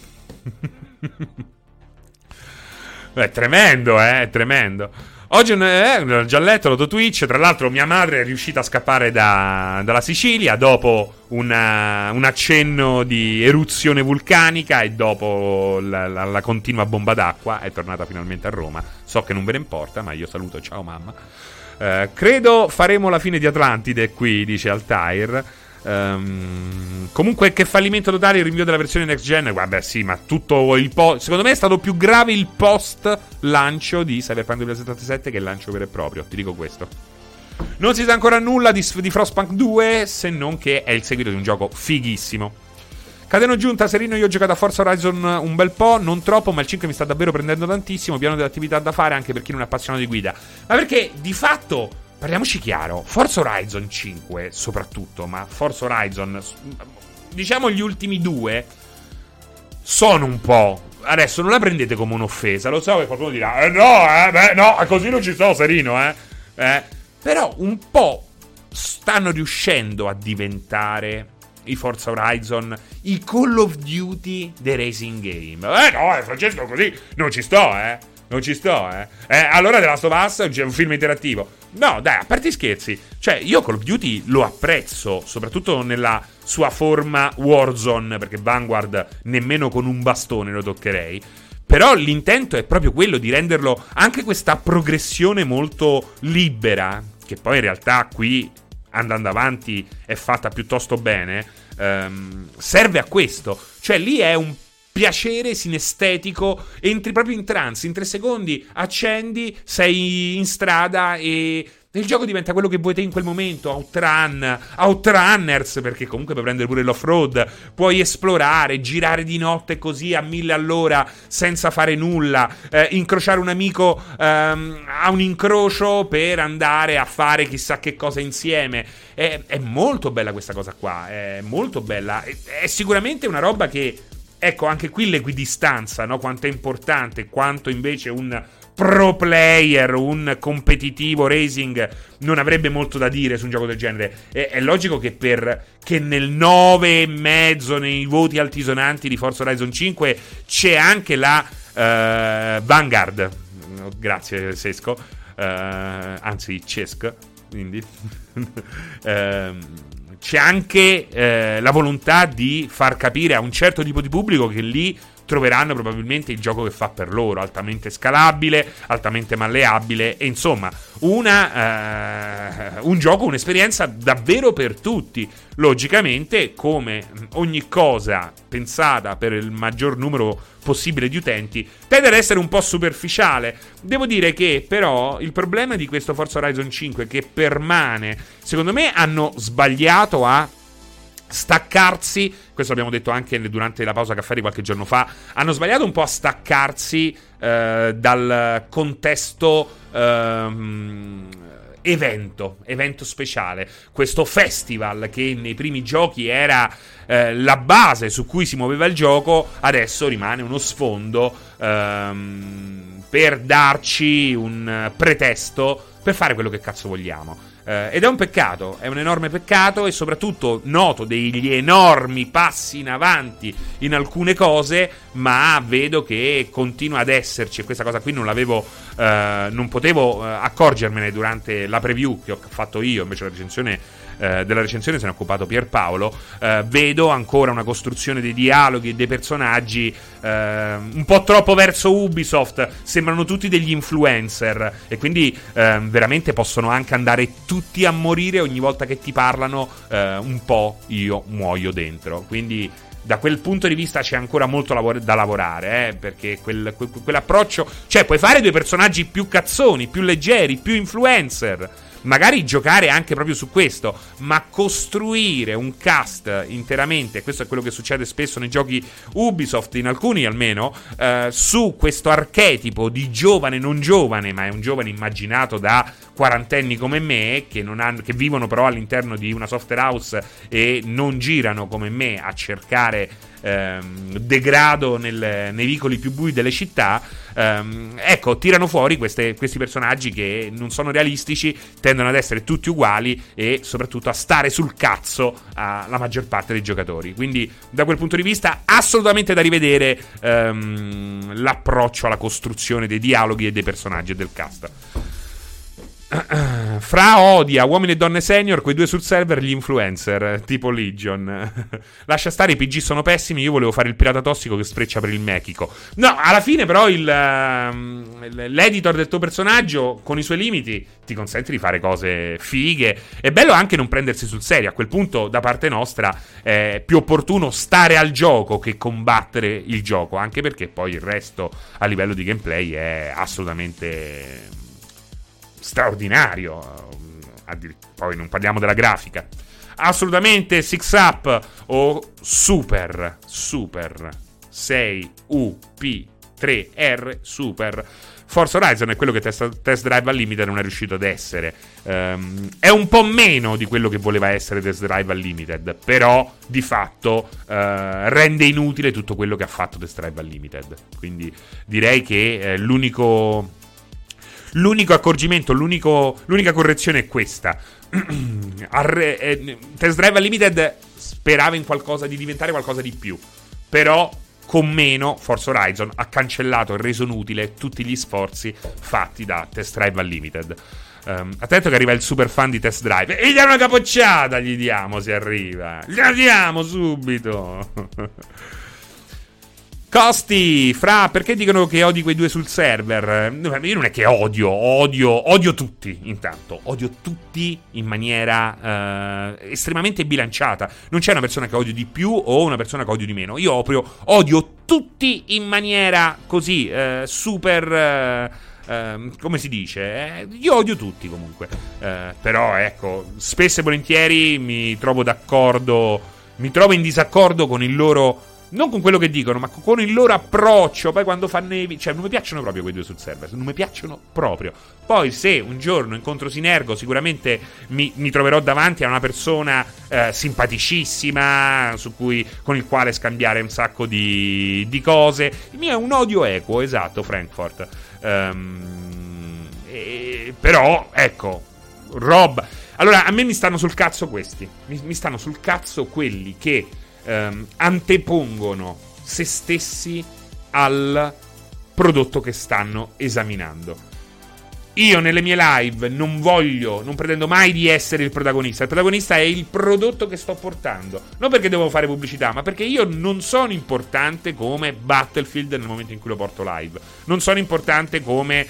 È tremendo, è tremendo. Oggi ho già letto l'auto Twitch. Tra l'altro mia madre è riuscita a scappare dalla Sicilia dopo un accenno di eruzione vulcanica e dopo la continua bomba d'acqua. È tornata finalmente a Roma. So che non ve ne importa, ma io saluto, ciao mamma. Credo faremo la fine di Atlantide qui, dice Altair. Comunque che fallimento totale il rinvio della versione next gen. Vabbè sì, ma tutto secondo me è stato più grave il post lancio di Cyberpunk 2077 che il lancio vero e proprio, ti dico questo. Non si sa ancora nulla di Frostpunk 2, se non che è il seguito di un gioco fighissimo. Cateno Giunta, Serino, io ho giocato a Forza Horizon un bel po', non troppo, ma il 5 mi sta davvero prendendo tantissimo. Pieno delle attività da fare anche per chi non è appassionato di guida. Ma perché di fatto, parliamoci chiaro, Forza Horizon 5 soprattutto, ma Forza Horizon, diciamo gli ultimi due, sono un po'... Adesso non la prendete come un'offesa, lo so che qualcuno dirà no, così non ci sto, Serino, però un po' stanno riuscendo a diventare i Forza Horizon i Call of Duty dei racing game. No, Francesco, così non ci sto, non ci sto, allora The Last of Us è un film interattivo. No, dai, a parte i scherzi. Cioè, io Call of Duty lo apprezzo, soprattutto nella sua forma Warzone, perché Vanguard nemmeno con un bastone lo toccherei. Però l'intento è proprio quello di renderlo anche questa progressione molto libera, che poi in realtà qui, andando avanti, è fatta piuttosto bene, serve a questo. Cioè, lì è un piacere sinestetico, entri proprio in trance, in 3 secondi accendi, sei in strada e il gioco diventa quello che vuoi te in quel momento. Outrunners, perché comunque puoi prendere pure l'off-road, puoi esplorare, girare di notte così a 1000 all'ora senza fare nulla, incrociare un amico a un incrocio per andare a fare chissà che cosa insieme. È molto bella questa cosa qua, è molto bella, è sicuramente una roba che, ecco, anche qui l'equidistanza, no? Quanto è importante, quanto invece un pro player, un competitivo racing non avrebbe molto da dire su un gioco del genere. È logico che che nel 9,5, nei voti altisonanti di Forza Horizon 5, c'è anche la Vanguard. Grazie Sesco, anzi Cesc, quindi c'è anche la volontà di far capire a un certo tipo di pubblico che lì troveranno probabilmente il gioco che fa per loro, altamente scalabile, altamente malleabile e insomma un gioco, un'esperienza davvero per tutti. Logicamente, come ogni cosa pensata per il maggior numero possibile di utenti, tende ad essere un po' superficiale. Devo dire che però il problema di questo Forza Horizon 5 che permane, secondo me hanno sbagliato a staccarsi, questo abbiamo detto anche durante la pausa caffè di qualche giorno fa, hanno sbagliato un po' a staccarsi dal contesto evento speciale, questo festival che nei primi giochi era la base su cui si muoveva il gioco, adesso rimane uno sfondo per darci un pretesto per fare quello che cazzo vogliamo. Ed è un peccato, è un enorme peccato, e soprattutto noto degli enormi passi in avanti in alcune cose, ma vedo che continua ad esserci, e questa cosa qui non potevo accorgermene durante la preview che ho fatto io, invece della recensione se ne è occupato Pierpaolo. Vedo ancora una costruzione dei dialoghi e dei personaggi un po' troppo verso Ubisoft, sembrano tutti degli influencer e quindi veramente possono anche andare tutti a morire ogni volta che ti parlano, un po' io muoio dentro, quindi da quel punto di vista c'è ancora molto da lavorare, perché quell'approccio, cioè puoi fare due personaggi più cazzoni, più leggeri, più influencer, magari giocare anche proprio su questo, ma costruire un cast interamente, questo è quello che succede spesso nei giochi Ubisoft, in alcuni almeno, su questo archetipo di giovane non giovane, ma è un giovane immaginato da quarantenni come me, che vivono però all'interno di una software house e non girano come me a cercare degrado nei vicoli più bui delle città. Ecco, tirano fuori questi personaggi che non sono realistici, tendono ad essere tutti uguali e soprattutto a stare sul cazzo alla maggior parte dei giocatori. Quindi da quel punto di vista assolutamente da rivedere l'approccio alla costruzione dei dialoghi e dei personaggi e del cast. Fra odia uomini e donne senior, quei due sul server, gli influencer tipo Legion. Lascia stare, i PG sono pessimi, io volevo fare il pirata tossico che sfreccia per il Mexico. No, alla fine però l'editor del tuo personaggio, con i suoi limiti, ti consente di fare cose fighe. È bello anche non prendersi sul serio. A quel punto da parte nostra è più opportuno stare al gioco che combattere il gioco, anche perché poi il resto a livello di gameplay è assolutamente straordinario. Poi non parliamo della grafica. Assolutamente Six Up o Super 6UP3R Super Forza Horizon è quello che Test Drive Unlimited non è riuscito ad essere. È un po' meno di quello che voleva essere Test Drive Unlimited, però di fatto rende inutile tutto quello che ha fatto Test Drive Unlimited. Quindi direi che l'unico accorgimento, l'unica correzione è questa. Test Drive Unlimited sperava in qualcosa di diventare qualcosa di più, però con meno Forza Horizon ha cancellato e reso inutile tutti gli sforzi fatti da Test Drive Unlimited. Attento che arriva il super fan di Test Drive e gli diamo una capocciata, gli diamo se arriva, gliela diamo subito. Costi, perché dicono che odi quei due sul server? Io non è che odio tutti, intanto. Odio tutti in maniera estremamente bilanciata. Non c'è una persona che odio di più o una persona che odio di meno. Io proprio odio tutti in maniera così, super... come si dice? Io odio tutti comunque. Però ecco, spesso e volentieri mi trovo in disaccordo con il loro... non con quello che dicono, ma con il loro approccio. Poi quando fanno cioè non mi piacciono proprio quei due sul server. Non mi piacciono proprio. Poi se un giorno incontro Sinergo, sicuramente mi troverò davanti a una persona simpaticissima, con il quale scambiare un sacco di cose. Il mio è un odio equo, esatto, Frankfurt. Però ecco, Rob, allora a me mi stanno sul cazzo questi. Mi stanno sul cazzo quelli che antepongono se stessi al prodotto che stanno esaminando. io nelle mie live non pretendo mai di essere il protagonista. Il protagonista è il prodotto che sto portando. Non perché devo fare pubblicità, ma perché io non sono importante come Battlefield nel momento in cui lo porto live. Non sono importante come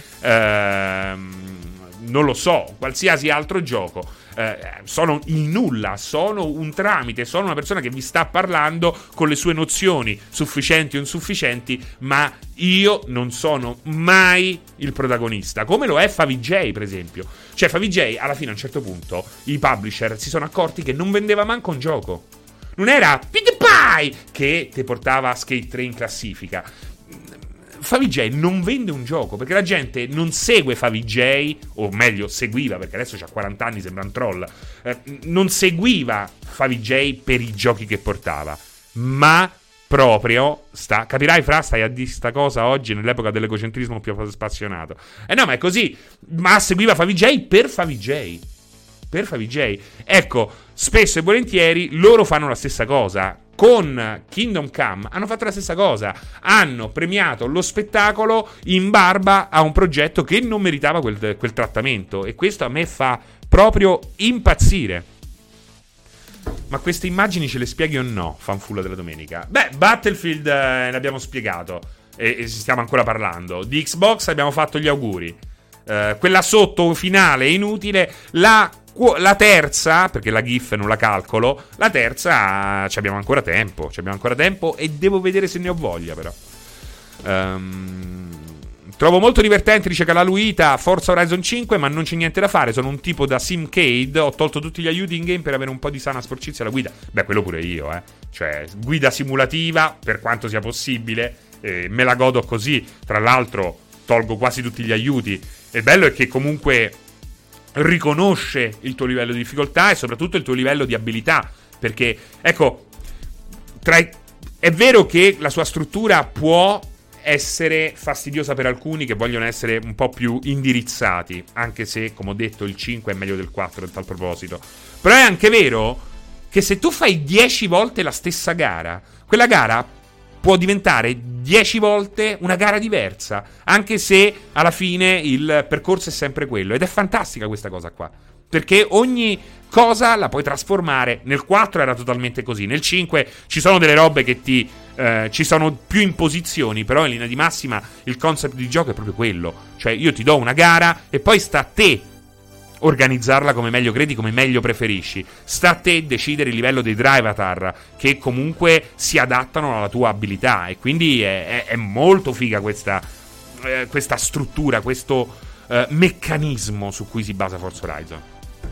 non lo so, qualsiasi altro gioco. Sono il nulla, sono un tramite, sono una persona che vi sta parlando con le sue nozioni sufficienti o insufficienti, ma io non sono mai il protagonista, come lo è Favij, per esempio. Cioè Favij, alla fine a un certo punto i publisher si sono accorti che non vendeva manco un gioco. Non era PewDiePie che ti portava Skate 3 in classifica. Favij non vende un gioco perché la gente non segue Favij, o meglio seguiva, perché adesso c'ha 40 anni, sembra un troll, non seguiva Favij per i giochi che portava, ma proprio capirai, Fra, stai a dire sta cosa oggi nell'epoca dell'egocentrismo più spassionato. No, ma è così. Ma seguiva Favij per Favij. Per Favij. Ecco, spesso e volentieri loro fanno la stessa cosa. Con Kingdom Come hanno fatto la stessa cosa. Hanno premiato lo spettacolo in barba a un progetto che non meritava quel trattamento. E questo a me fa proprio impazzire. Ma queste immagini ce le spieghi o no, fanfulla della domenica? Beh, Battlefield ne abbiamo spiegato e stiamo ancora parlando. Di Xbox abbiamo fatto gli auguri. Quella sotto finale è inutile. La terza, perché la GIF non la calcolo, la terza ci abbiamo ancora tempo e devo vedere se ne ho voglia, però. Trovo molto divertente, dice Calaluita, Forza Horizon 5, ma non c'è niente da fare, sono un tipo da Simcade, ho tolto tutti gli aiuti in game per avere un po' di sana sporcizia alla guida. Beh, quello pure io, cioè guida simulativa, per quanto sia possibile, me la godo così. Tra l'altro tolgo quasi tutti gli aiuti. Il bello è che comunque riconosce il tuo livello di difficoltà e soprattutto il tuo livello di abilità, perché ecco, è vero che la sua struttura può essere fastidiosa per alcuni che vogliono essere un po' più indirizzati, anche se, come ho detto, il 5 è meglio del 4 a tal proposito. Però è anche vero che se tu fai 10 volte la stessa gara, quella gara può diventare 10 volte una gara diversa, anche se alla fine il percorso è sempre quello. Ed è fantastica questa cosa qua, perché ogni cosa la puoi trasformare. Nel 4 era totalmente così, nel 5 ci sono delle robe che ci sono più imposizioni, però in linea di massima il concept di gioco è proprio quello. Cioè io ti do una gara e poi sta a te organizzarla come meglio credi, come meglio preferisci. Sta a te decidere il livello dei drivatar, che comunque si adattano alla tua abilità. E quindi è molto figa questa struttura, questo meccanismo su cui si basa Forza Horizon.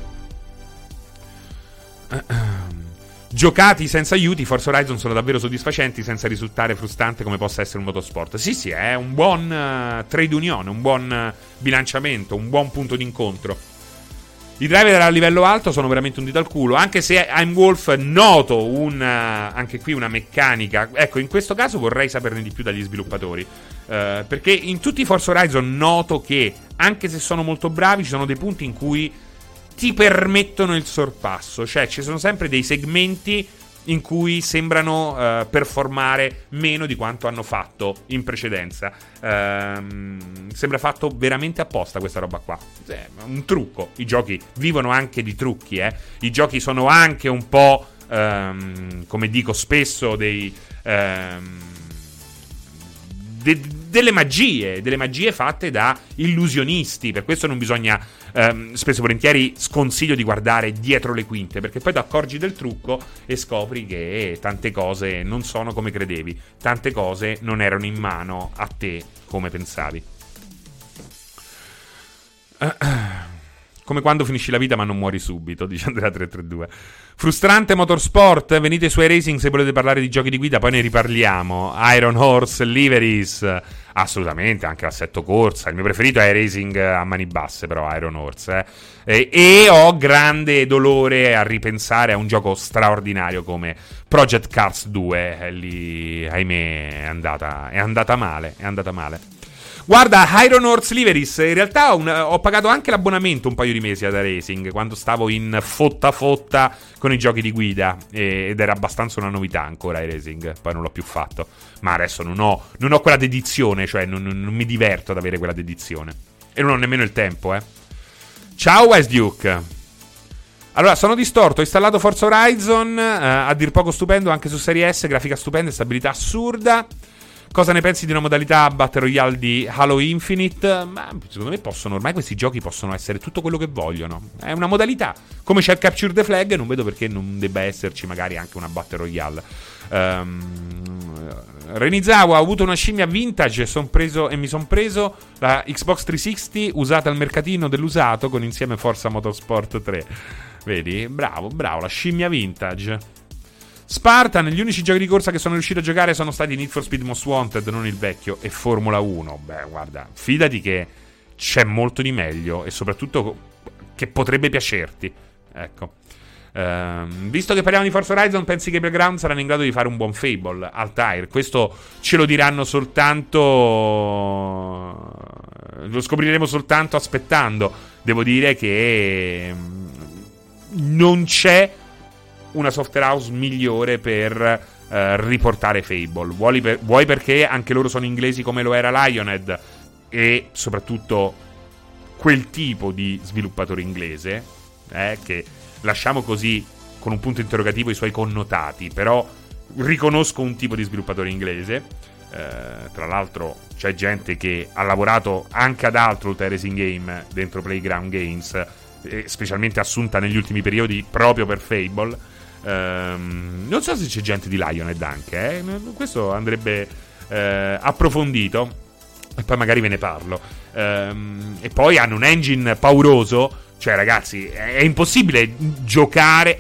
Giocati senza aiuti, Forza Horizon sono davvero soddisfacenti senza risultare frustrante come possa essere un motorsport. Sì, è un buon trade union, un buon bilanciamento, un buon punto d'incontro. I driver a livello alto sono veramente un dito al culo, anche se I'm Wolf noto anche qui una meccanica. Ecco, in questo caso vorrei saperne di più dagli sviluppatori, perché in tutti i Forza Horizon noto che, anche se sono molto bravi, ci sono dei punti in cui ti permettono il sorpasso. Cioè ci sono sempre dei segmenti in cui sembrano performare meno di quanto hanno fatto in precedenza. Sembra fatto veramente apposta questa roba qua. Un trucco. I giochi vivono anche di trucchi, I giochi sono anche un po', come dico spesso, delle magie fatte da illusionisti. Per questo non bisogna, spesso e volentieri sconsiglio di guardare dietro le quinte, perché poi ti accorgi del trucco e scopri che tante cose non sono come credevi, tante cose non erano in mano a te come pensavi. Come quando finisci la vita ma non muori subito, dice Andrea 332. Frustrante motorsport, venite su iRacing se volete parlare di giochi di guida, poi ne riparliamo. Iron Horse, Liveries, assolutamente, anche l'assetto corsa. Il mio preferito è iRacing a mani basse, però Iron Horse. E ho grande dolore a ripensare a un gioco straordinario come Project Cars 2. Lì, ahimè, è andata male. Guarda, Iron Horse Liveries, in realtà ho pagato anche l'abbonamento un paio di mesi ad iRacing, quando stavo in fotta con i giochi di guida, ed era abbastanza una novità ancora iRacing, poi non l'ho più fatto. Ma adesso non ho quella dedizione, cioè non mi diverto ad avere quella dedizione. E non ho nemmeno il tempo, Ciao West Duke. Allora, sono distorto, ho installato Forza Horizon, a dir poco stupendo anche su Serie S, grafica stupenda e stabilità assurda. Cosa ne pensi di una modalità Battle Royale di Halo Infinite? Ma secondo me ormai questi giochi possono essere tutto quello che vogliono. È una modalità. Come c'è il Capture the Flag, non vedo perché non debba esserci magari anche una Battle Royale. Renizawa, ho avuto una scimmia vintage e mi sono preso la Xbox 360 usata al mercatino dell'usato con insieme Forza Motorsport 3. Vedi? Bravo, la scimmia vintage. Spartan, gli unici giochi di corsa che sono riuscito a giocare sono stati Need for Speed Most Wanted, non il vecchio, e Formula 1. Beh, guarda, fidati che c'è molto di meglio e soprattutto che potrebbe piacerti. Ecco. Visto che parliamo di Forza Horizon, pensi che Playground saranno in grado di fare un buon Fable? Altair, questo ce lo diranno soltanto... lo scopriremo soltanto aspettando. Devo dire che non c'è una software house migliore per riportare Fable. Vuoi perché anche loro sono inglesi come lo era Lionhead, e soprattutto quel tipo di sviluppatore inglese, che lasciamo così con un punto interrogativo i suoi connotati, però riconosco un tipo di sviluppatore inglese. Tra l'altro c'è gente che ha lavorato anche ad altro oltre ai racing game dentro Playground Games, specialmente assunta negli ultimi periodi proprio per Fable. Non so se c'è gente di Lionhead anche, questo andrebbe approfondito e poi magari ve ne parlo. E poi hanno un engine pauroso. Cioè ragazzi, è impossibile giocare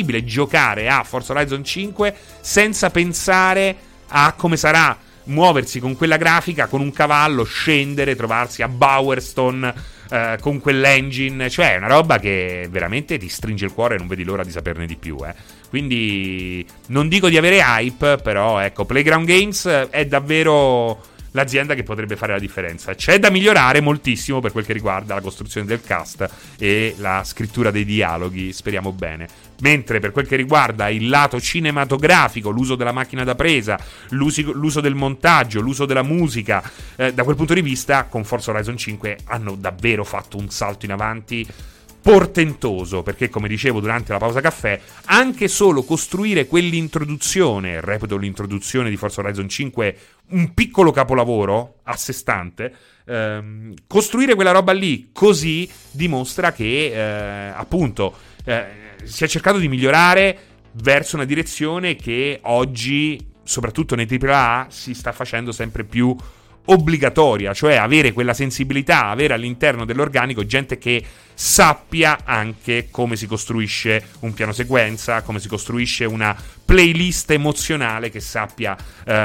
a Forza Horizon 5 senza pensare a come sarà muoversi con quella grafica, con un cavallo, scendere, trovarsi a Bowerstone con quell'engine. Cioè è una roba che veramente ti stringe il cuore e non vedi l'ora di saperne di più, Quindi non dico di avere hype, però ecco, Playground Games è davvero l'azienda che potrebbe fare la differenza. C'è da migliorare moltissimo per quel che riguarda la costruzione del cast e la scrittura dei dialoghi, speriamo bene. Mentre per quel che riguarda il lato cinematografico, l'uso della macchina da presa, l'uso del montaggio, l'uso della musica, da quel punto di vista con Forza Horizon 5 hanno davvero fatto un salto in avanti portentoso, perché come dicevo durante la pausa caffè, anche solo costruire quell'introduzione, reputo l'introduzione di Forza Horizon 5 un piccolo capolavoro a sé stante, costruire quella roba lì così dimostra che appunto si è cercato di migliorare verso una direzione che oggi, soprattutto nei AAA, si sta facendo sempre più obbligatoria, cioè avere quella sensibilità, avere all'interno dell'organico gente che sappia anche come si costruisce un piano sequenza, come si costruisce una playlist emozionale, che sappia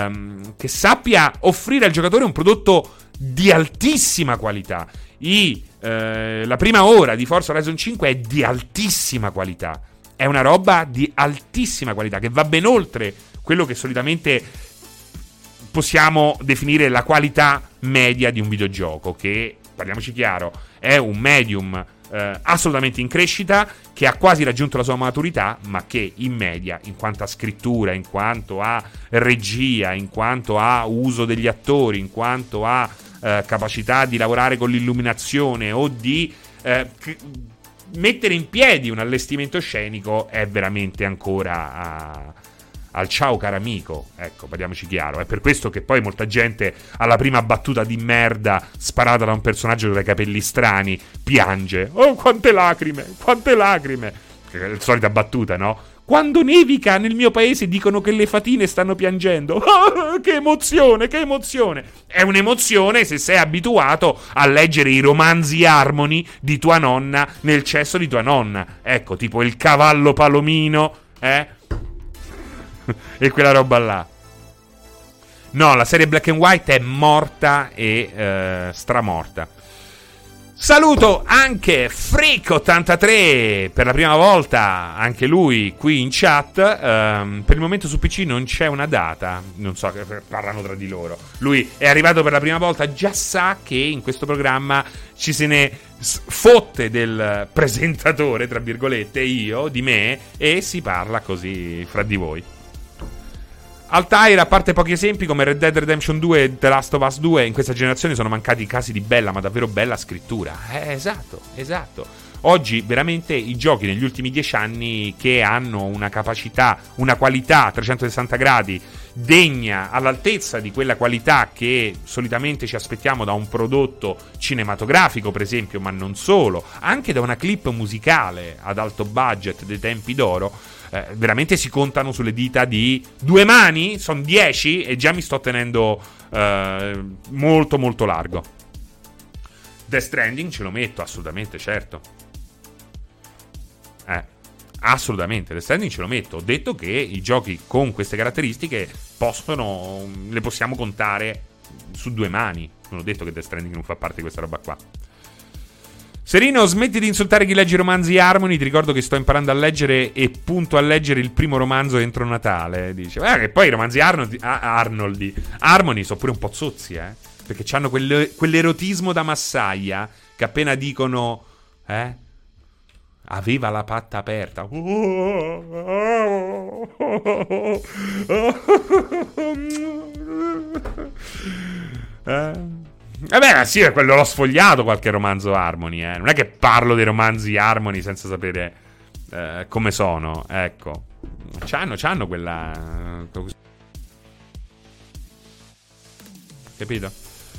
offrire al giocatore un prodotto di altissima qualità. La prima ora di Forza Horizon 5 è di altissima qualità, è una roba di altissima qualità che va ben oltre quello che solitamente possiamo definire la qualità media di un videogioco, che, parliamoci chiaro, è un medium assolutamente in crescita, che ha quasi raggiunto la sua maturità, ma che in media, in quanto a scrittura, in quanto a regia, in quanto a uso degli attori, in quanto a capacità di lavorare con l'illuminazione o di mettere in piedi un allestimento scenico, è veramente ancora al ciao caro amico. Ecco, parliamoci chiaro. È per questo che poi molta gente alla prima battuta di merda sparata da un personaggio dai capelli strani piange. Oh, quante lacrime, quante lacrime. È la solita battuta, no? Quando nevica nel mio paese dicono che le fatine stanno piangendo. Oh, che emozione, che emozione. È un'emozione se sei abituato a leggere i romanzi Harmony di tua nonna nel cesso di tua nonna. Ecco, tipo il cavallo palomino, e quella roba là. No, la serie Black and White è morta e stramorta. Saluto anche Freak83 per la prima volta, anche lui qui in chat. Per il momento su PC non c'è una data, non so, parlano tra di loro. Lui è arrivato per la prima volta, già sa che in questo programma ci se ne fotte del presentatore, tra virgolette, io, di me, e si parla così fra di voi. Altair, a parte pochi esempi come Red Dead Redemption 2 e The Last of Us 2, in questa generazione sono mancati casi di bella, ma davvero bella scrittura. Esatto. Oggi veramente i giochi negli ultimi 10 anni che hanno una capacità, una qualità a 360 gradi degna, all'altezza di quella qualità che solitamente ci aspettiamo da un prodotto cinematografico, per esempio, ma non solo, anche da una clip musicale ad alto budget dei tempi d'oro, veramente si contano sulle dita di due mani, sono 10 e già mi sto tenendo molto molto largo. Death Stranding ce lo metto assolutamente, certo. Assolutamente, Death Stranding ce lo metto. Ho detto che i giochi con queste caratteristiche le possiamo contare su due mani. Non ho detto che Death Stranding non fa parte di questa roba qua. Serino, smetti di insultare chi legge i romanzi Harmony. Ti ricordo che sto imparando a leggere e punto a leggere il primo romanzo entro Natale. Dice, che poi i romanzi Harmony sono pure un po' zozzi, perché hanno quell'erotismo da massaia che appena dicono aveva la patta aperta. Vabbè, sì, quello l'ho sfogliato qualche romanzo Harmony, Non è che parlo dei romanzi Harmony senza sapere come sono, ecco. C'hanno quella... Capito?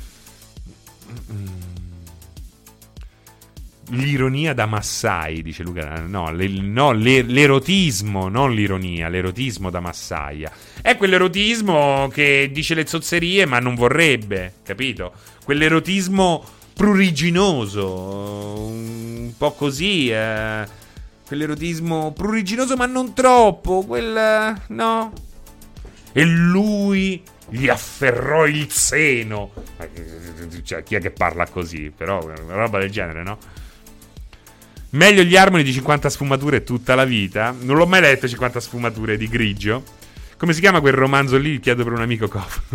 L'ironia da Massai, dice Luca. No, l'erotismo, non l'ironia, l'erotismo da massaia. È quell'erotismo che dice le zozzerie ma non vorrebbe, capito? Quell'erotismo pruriginoso, un po' così, quell'erotismo pruriginoso ma non troppo, no? E lui gli afferrò il seno. Cioè, chi è che parla così? Però una roba del genere, no? Meglio gli Harmony di 50 sfumature tutta la vita. Non l'ho mai letto 50 sfumature di grigio. Come si chiama quel romanzo lì? Chiedo per un amico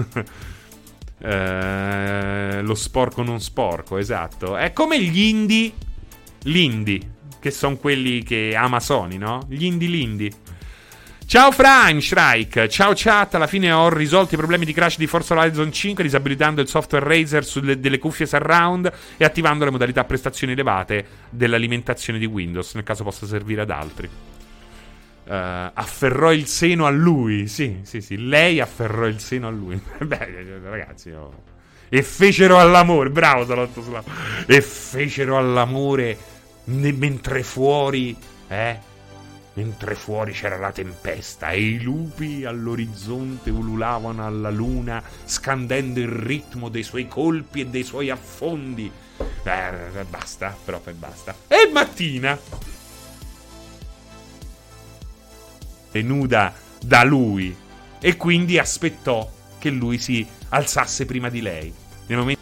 Lo sporco non sporco, esatto. È come gli indie. L'indie, che sono quelli che ama Sony, no? Gli indie. Ciao Shrike, ciao chat, alla fine ho risolto i problemi di crash di Forza Horizon 5 disabilitando il software Razer delle cuffie surround e attivando le modalità prestazioni elevate dell'alimentazione di Windows, nel caso possa servire ad altri. Afferrò il seno a lui, sì, lei afferrò il seno a lui. Beh, ragazzi, e fecero all'amore, bravo Salotto Slavo, e fecero all'amore mentre fuori, mentre fuori c'era la tempesta e i lupi all'orizzonte ululavano alla luna, scandendo il ritmo dei suoi colpi e dei suoi affondi. Basta, proprio basta. E mattina, nuda da lui, e quindi aspettò che lui si alzasse prima di lei. Nel momento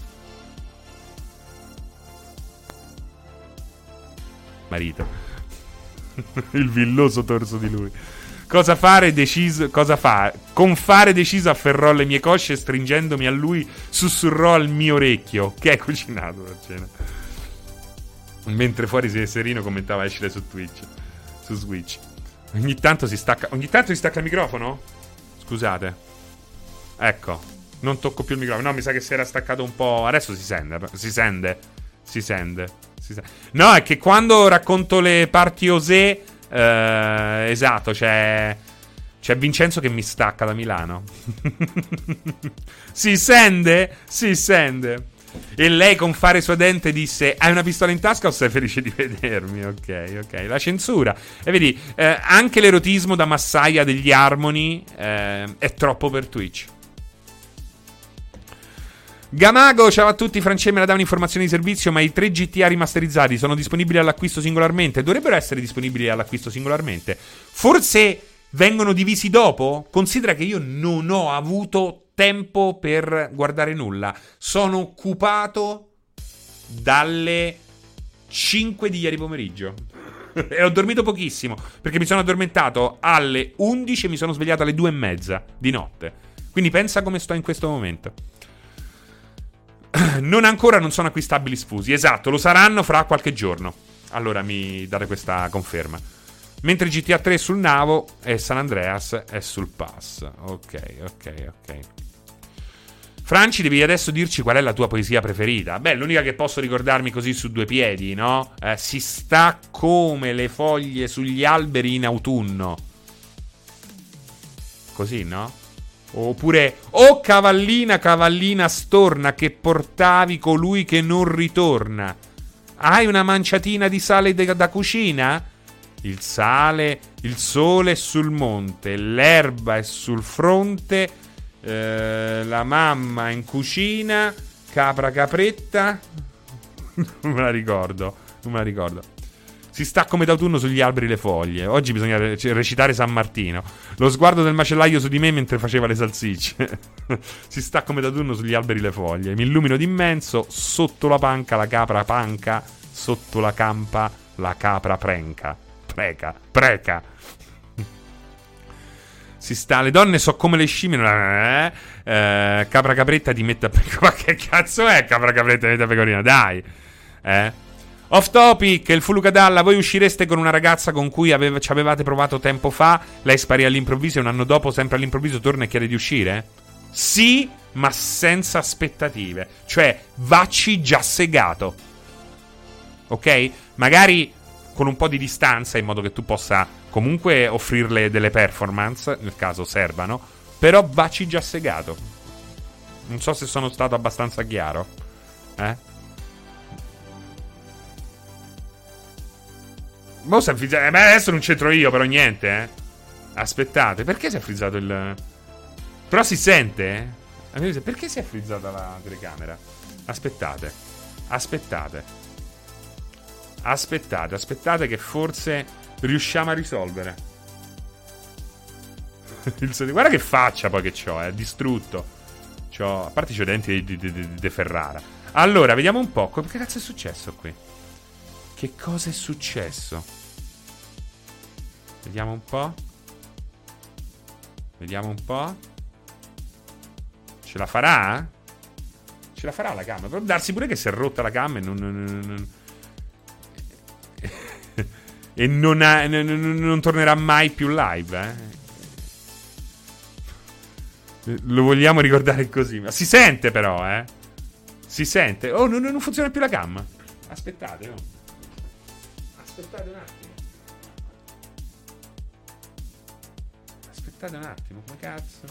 marito il villoso torso di lui. Cosa fare deciso? Con fare deciso afferrò le mie cosce, stringendomi a lui, sussurrò al mio orecchio che hai cucinato la cena. Mentre fuori Serino commentava escile su Twitch, su Switch. Ogni tanto si stacca il microfono? Scusate. Ecco, non tocco più il microfono. No, mi sa che si era staccato un po'. Adesso si sente. No, è che quando racconto le parti osè, esatto, c'è Vincenzo che mi stacca da Milano. Si sente? E lei con fare suadente disse: hai una pistola in tasca o sei felice di vedermi? Ok, la censura. E vedi, anche l'erotismo da massaia degli Harmony è troppo per Twitch. Gamago, ciao a tutti. Francesco me la dà un'informazione di servizio, ma i 3 GTA rimasterizzati sono disponibili all'acquisto singolarmente? Dovrebbero essere disponibili all'acquisto singolarmente. Forse vengono divisi dopo? Considera che io non ho avuto tempo per guardare nulla. Sono occupato dalle 5 di ieri pomeriggio e ho dormito pochissimo, perché mi sono addormentato alle 11 e mi sono svegliato alle 2:30 di notte. Quindi pensa come sto in questo momento. Non sono acquistabili sfusi. Esatto, lo saranno fra qualche giorno. Allora mi date questa conferma. Mentre GTA 3 è sul navo e San Andreas è sul pass. Ok. Franci, devi adesso dirci qual è la tua poesia preferita. Beh, l'unica che posso ricordarmi così su due piedi, no? Si sta come le foglie sugli alberi in autunno. Così, no? Oppure, oh cavallina, cavallina storna, che portavi colui che non ritorna. Hai una manciatina di sale da cucina? Il sale, il sole è sul monte, l'erba è sul fronte, la mamma in cucina, capra capretta. Non me la ricordo. Si sta come d'autunno sugli alberi le foglie. Oggi bisogna recitare San Martino. Lo sguardo del macellaio su di me mentre faceva le salsicce. Si sta come d'autunno sugli alberi le foglie. Mi illumino d'immenso. Sotto la panca la capra panca. Sotto la campa la capra preca. Si sta, le donne so come le scimmie. Capra capretta ti mette a pecorina. Ma che cazzo è capra capretta ti mette a pecorina? Dai. Off topic, il Fulucadalla. Voi uscireste con una ragazza con cui ci avevate provato tempo fa. Lei sparì all'improvviso e un anno dopo, sempre all'improvviso, torna e chiede di uscire? Sì, ma senza aspettative. Cioè, vacci già segato. Ok? Magari con un po' di distanza, in modo che tu possa comunque offrirle delle performance, nel caso servano. Però vacci già segato. Non so se sono stato abbastanza chiaro. Mo si è frizzato. Beh, adesso non c'entro io, però niente, Aspettate, perché si è frizzato il... Però si sente, Perché si è frizzata la telecamera? Aspettate che forse riusciamo a risolvere. Guarda che faccia poi che c'ho, distrutto. A parte c'ho i denti di Ferrara. Allora, vediamo un po'. Che cazzo è successo qui? Che cosa è successo? Vediamo un po'. Ce la farà? Ce la farà la cam? Può darsi pure che si è rotta la cam e non tornerà mai più live, Lo vogliamo ricordare così. Ma si sente però, Si sente. Oh, non funziona più la cam. Aspettate, no? Aspettate un attimo, come cazzo?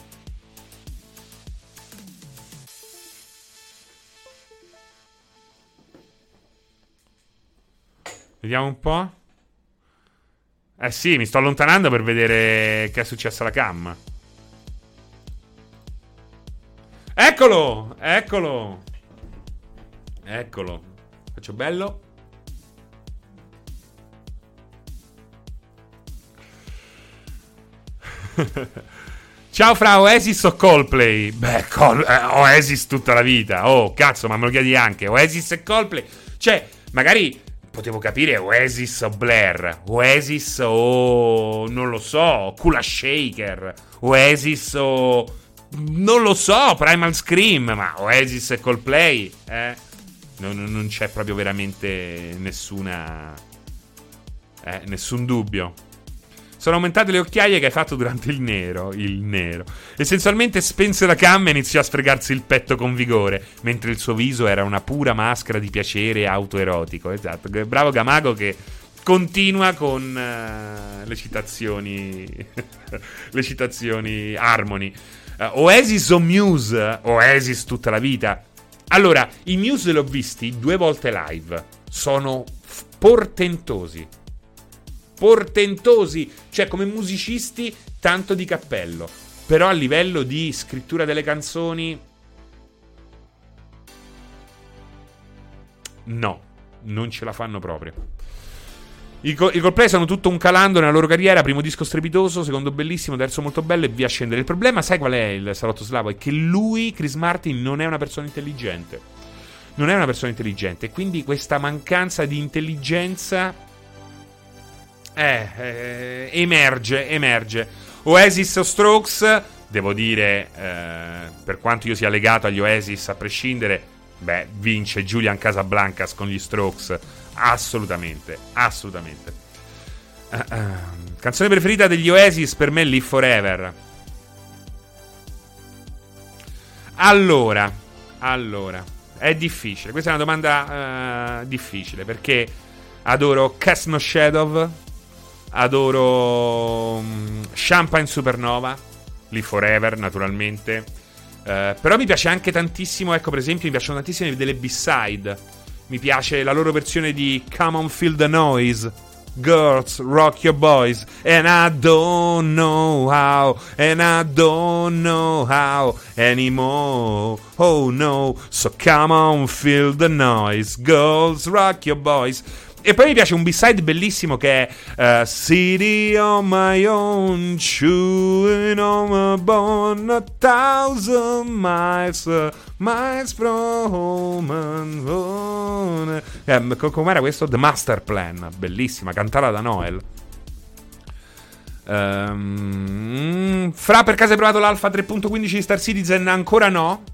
Vediamo un po'. Sì, mi sto allontanando per vedere che è successo alla cam. Eccolo. Faccio bello. Ciao fra Oasis o Coldplay? Beh, Oasis tutta la vita. Oh, cazzo, ma me lo chiedi anche. Oasis e Coldplay. Cioè, magari potevo capire Oasis o Blair. Oasis o... non lo so, Kula Shaker. Oasis o... non lo so, Primal Scream. Ma Oasis e Coldplay, non c'è proprio veramente nessun dubbio. Sono aumentate le occhiaie che hai fatto durante il nero. Essenzialmente spense la cam e iniziò a sfregarsi il petto con vigore, mentre il suo viso era una pura maschera di piacere autoerotico. Esatto, bravo Gamago che continua con le citazioni le citazioni Harmony. Oasis o Muse? Oasis tutta la vita. Allora, i Muse li ho visti 2 volte live. Sono portentosi, cioè come musicisti tanto di cappello, però a livello di scrittura delle canzoni no, non ce la fanno proprio. I Coldplay sono tutto un calando nella loro carriera. Primo disco strepitoso, secondo bellissimo, terzo molto bello e via a scendere. Il problema, sai qual è il salotto slavo? È che lui, Chris Martin, non è una persona intelligente. E quindi questa mancanza di intelligenza emerge. Oasis o Strokes? Devo dire, per quanto io sia legato agli Oasis a prescindere, vince Julian Casablancas con gli Strokes. Assolutamente. Canzone preferita degli Oasis per me, Live Forever. Allora, è difficile. Questa è una domanda difficile, perché adoro Cast No Shadow, adoro Champagne Supernova, Live Forever naturalmente, però mi piace anche tantissimo, ecco, per esempio mi piacciono tantissimo delle B-side. Mi piace la loro versione di Come On Feel The Noise, Girls, Rock Your Boys, and I don't know how, and I don't know how anymore, oh no, so come on, feel the noise, girls, rock your boys. E poi mi piace un B-side bellissimo che è City on my own, chewing on my bone, 1,000 miles from home and home. Com'era questo? The Master Plan, bellissima, cantata da Noel. Fra, per caso hai provato l'Alpha 3.15 di Star Citizen? Ancora no.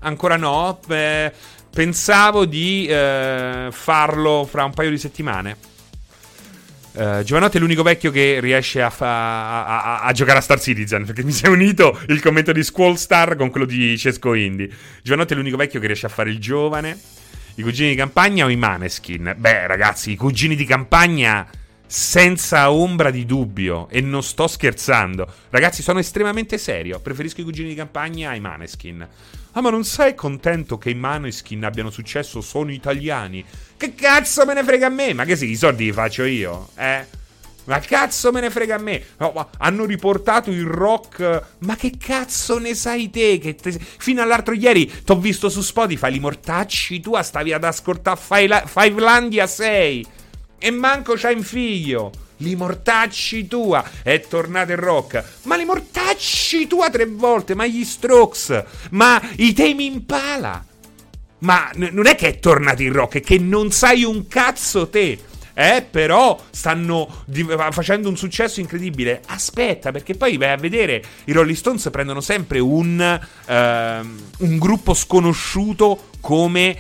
Pensavo di farlo fra un paio di settimane. Giovanotti è l'unico vecchio che riesce a giocare a Star Citizen, perché mi si è unito il commento di Squall Star con quello di Cesco Indy. Giovanotti è l'unico vecchio che riesce a fare il giovane. I cugini di campagna o i Maneskin? Beh, ragazzi, i cugini di campagna senza ombra di dubbio, e non sto scherzando. Ragazzi, sono estremamente serio. Preferisco i cugini di campagna ai Maneskin. Ah, ma non sei contento che i Maneskin abbiano successo? Sono italiani. Che cazzo me ne frega a me? Ma che sì, i soldi li faccio io, Ma cazzo me ne frega a me? No, hanno riportato il rock. Ma che cazzo ne sai te? Fino all'altro ieri t'ho visto su Spotify, li mortacci tua, stavi ad ascoltare Fivelandia 6 e manco c'hai un figlio. Li mortacci tua, è tornato il rock. Ma li mortacci tua 3 volte. Ma gli Strokes, ma i Tame Impala. Ma non è che è tornato il rock, è che non sai un cazzo te. Però stanno facendo un successo incredibile. Aspetta, perché poi vai a vedere, i Rolling Stones prendono sempre un gruppo sconosciuto come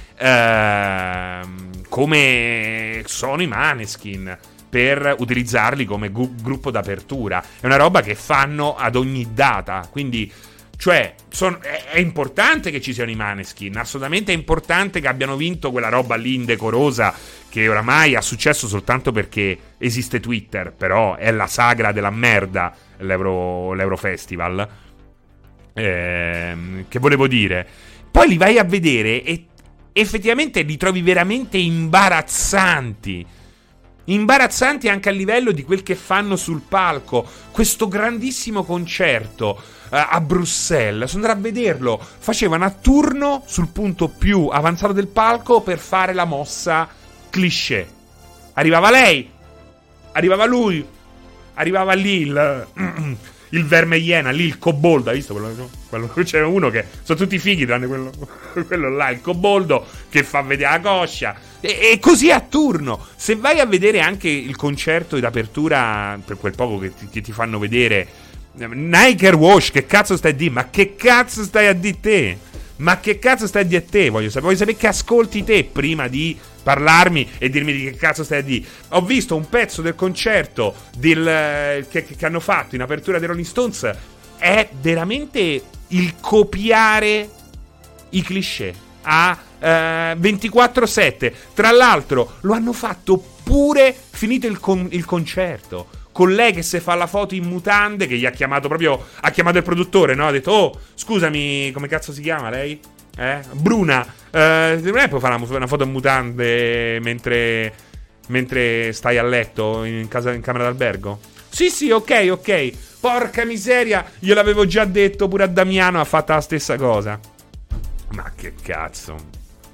sono i Maneskin, per utilizzarli come gruppo d'apertura. È una roba che fanno ad ogni data. Quindi, cioè, è importante che ci siano i Maneskin. Assolutamente è importante che abbiano vinto quella roba lì indecorosa, che oramai ha successo soltanto perché esiste Twitter. Però è la sagra della merda, l'Eurofestival. Che volevo dire? Poi li vai a vedere e effettivamente li trovi veramente imbarazzanti. Imbarazzanti anche a livello di quel che fanno sul palco. Questo grandissimo concerto a Bruxelles, sono andato a vederlo. Facevano a turno sul punto più avanzato del palco per fare la mossa cliché. Arrivava lei, arrivava lui, arrivava lì il verme iena, lì il coboldo. Hai visto quello? C'era uno che sono tutti fighi tranne quello là, il coboldo, che fa vedere la coscia. E così a turno. Se vai a vedere anche il concerto d'apertura, per quel poco che ti fanno vedere, Nike Wash, che cazzo stai a dire? Ma che cazzo stai a dire te? Ma che cazzo stai a dire a te? Voglio sapere che ascolti te prima di parlarmi e dirmi di che cazzo stai a dire. Ho visto un pezzo del concerto che hanno fatto in apertura dei Rolling Stones. È veramente il copiare i cliché a 24/7. Tra l'altro lo hanno fatto pure finito il concerto, con lei che se fa la foto in mutande, che gli ha chiamato il produttore, no? Ha detto: oh, scusami, come cazzo si chiama lei? Bruna, non è puoi fare una foto in mutande mentre stai a letto in camera d'albergo? Sì, ok. Porca miseria, gliel'avevo già detto, pure a Damiano ha fatto la stessa cosa. Ma che cazzo?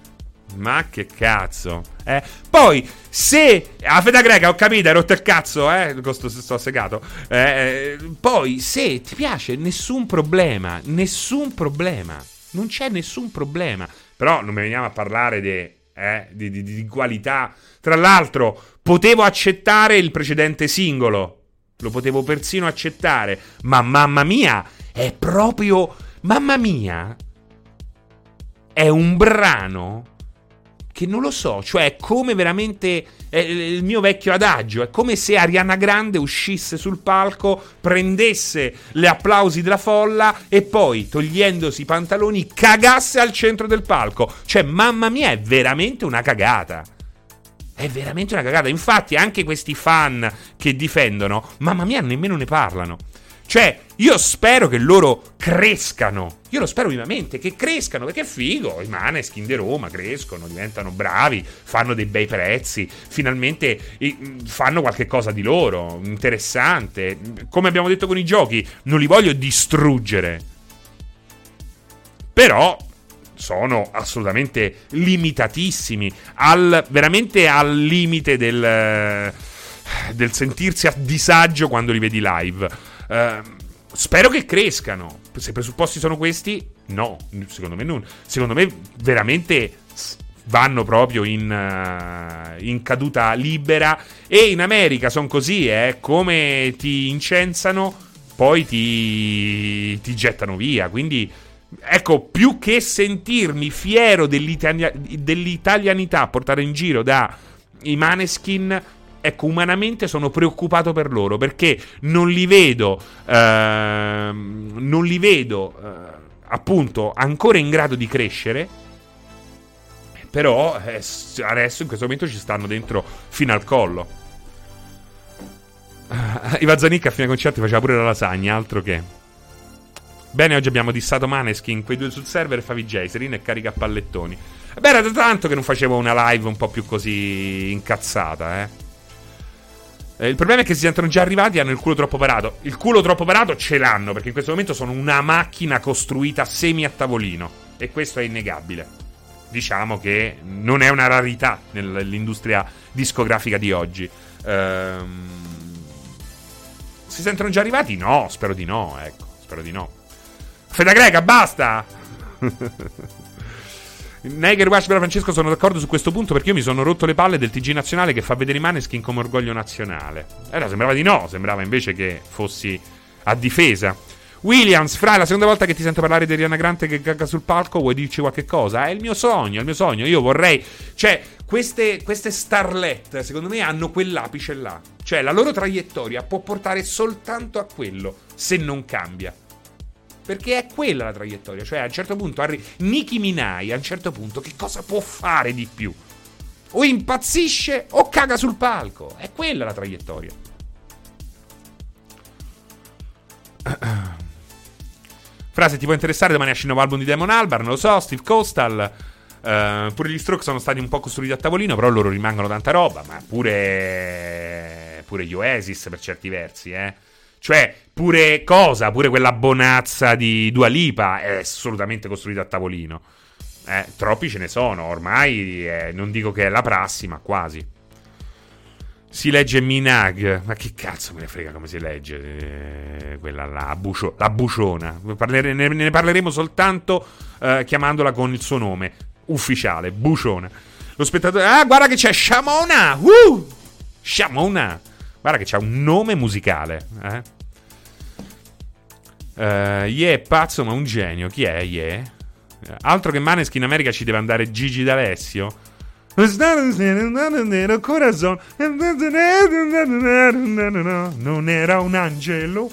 Poi, se a fede greca, ho capito, hai rotto il cazzo, sto segato. Poi, se ti piace, nessun problema. Non c'è nessun problema. Però non mi veniamo a parlare di qualità. Tra l'altro, potevo accettare il precedente singolo. Lo potevo persino accettare. Ma mamma mia, è proprio... Mamma mia, è un brano che non lo so, cioè è come veramente il mio vecchio adagio, è come se Ariana Grande uscisse sul palco, prendesse gli applausi della folla e poi, togliendosi i pantaloni, cagasse al centro del palco. Cioè, mamma mia, è veramente una cagata. È veramente una cagata. Infatti anche questi fan che difendono, mamma mia, nemmeno ne parlano. Cioè, io spero che loro crescano. Io lo spero vivamente che crescano, perché è figo. I Maneskin di Roma crescono, diventano bravi, fanno dei bei prezzi, finalmente fanno qualche cosa di loro, interessante. Come abbiamo detto con i giochi, non li voglio distruggere, però sono assolutamente limitatissimi, veramente al limite del sentirsi a disagio quando li vedi live. Spero che crescano. Se i presupposti sono questi, no, secondo me non. Secondo me veramente vanno proprio in caduta libera. E in America sono così, come ti incensano, poi ti gettano via. Quindi ecco, più che sentirmi fiero dell'italianità a portare in giro da i Maneskin, ecco, umanamente sono preoccupato per loro, perché non li vedo appunto ancora in grado di crescere. Però adesso in questo momento ci stanno dentro fino al collo. Ivan Zanicca a fine concerti faceva pure la lasagna, altro che. Bene, oggi abbiamo dissato Maneskin, quei due sul server e Favij, Serino e carica a pallettoni. Beh, era da tanto che non facevo una live un po' più così incazzata, Il problema è che si sentono già arrivati e hanno il culo troppo parato. Il culo troppo parato ce l'hanno, perché in questo momento sono una macchina costruita semi a tavolino. E questo è innegabile. Diciamo che non è una rarità nell'industria discografica di oggi. Si sentono già arrivati? No, spero di no, ecco. Spero di no. Feda greca, basta! Neger, Wash, Francesco, sono d'accordo su questo punto, perché io mi sono rotto le palle del TG nazionale che fa vedere i Maneskin come orgoglio nazionale. No, sembrava di no, sembrava invece che fossi a difesa. Williams, Fra, è la seconda volta che ti sento parlare di Ariana Grande che caga sul palco, vuoi dirci qualche cosa? È il mio sogno, io vorrei... Cioè, queste starlet, secondo me, hanno quell'apice là. Cioè, la loro traiettoria può portare soltanto a quello, se non cambia. Perché è quella la traiettoria. Cioè, a un certo punto Nicki Minaj, a un certo punto, che cosa può fare di più? O impazzisce o caga sul palco. È quella la traiettoria. Frase, ti può interessare, domani esce il nuovo album di Damon Albarn, non lo so, Steve Coastal. Pure gli Strokes sono stati un po' costruiti a tavolino, però loro rimangono tanta roba. Ma pure gli Oasis per certi versi, Cioè, pure quella bonazza di Dua Lipa è assolutamente costruita a tavolino. Troppi ce ne sono, ormai non dico che è la prassi, ma quasi. Si legge Minag, ma che cazzo me ne frega come si legge quella là, la buciona. Ne parleremo soltanto chiamandola con il suo nome ufficiale, buciona. Lo spettatore, guarda che c'è Shamona, Shamona, guarda che c'ha un nome musicale, è pazzo ma un genio. Chi è Yeah? Altro che Maneskin, in America ci deve andare Gigi D'Alessio. Non era un angelo.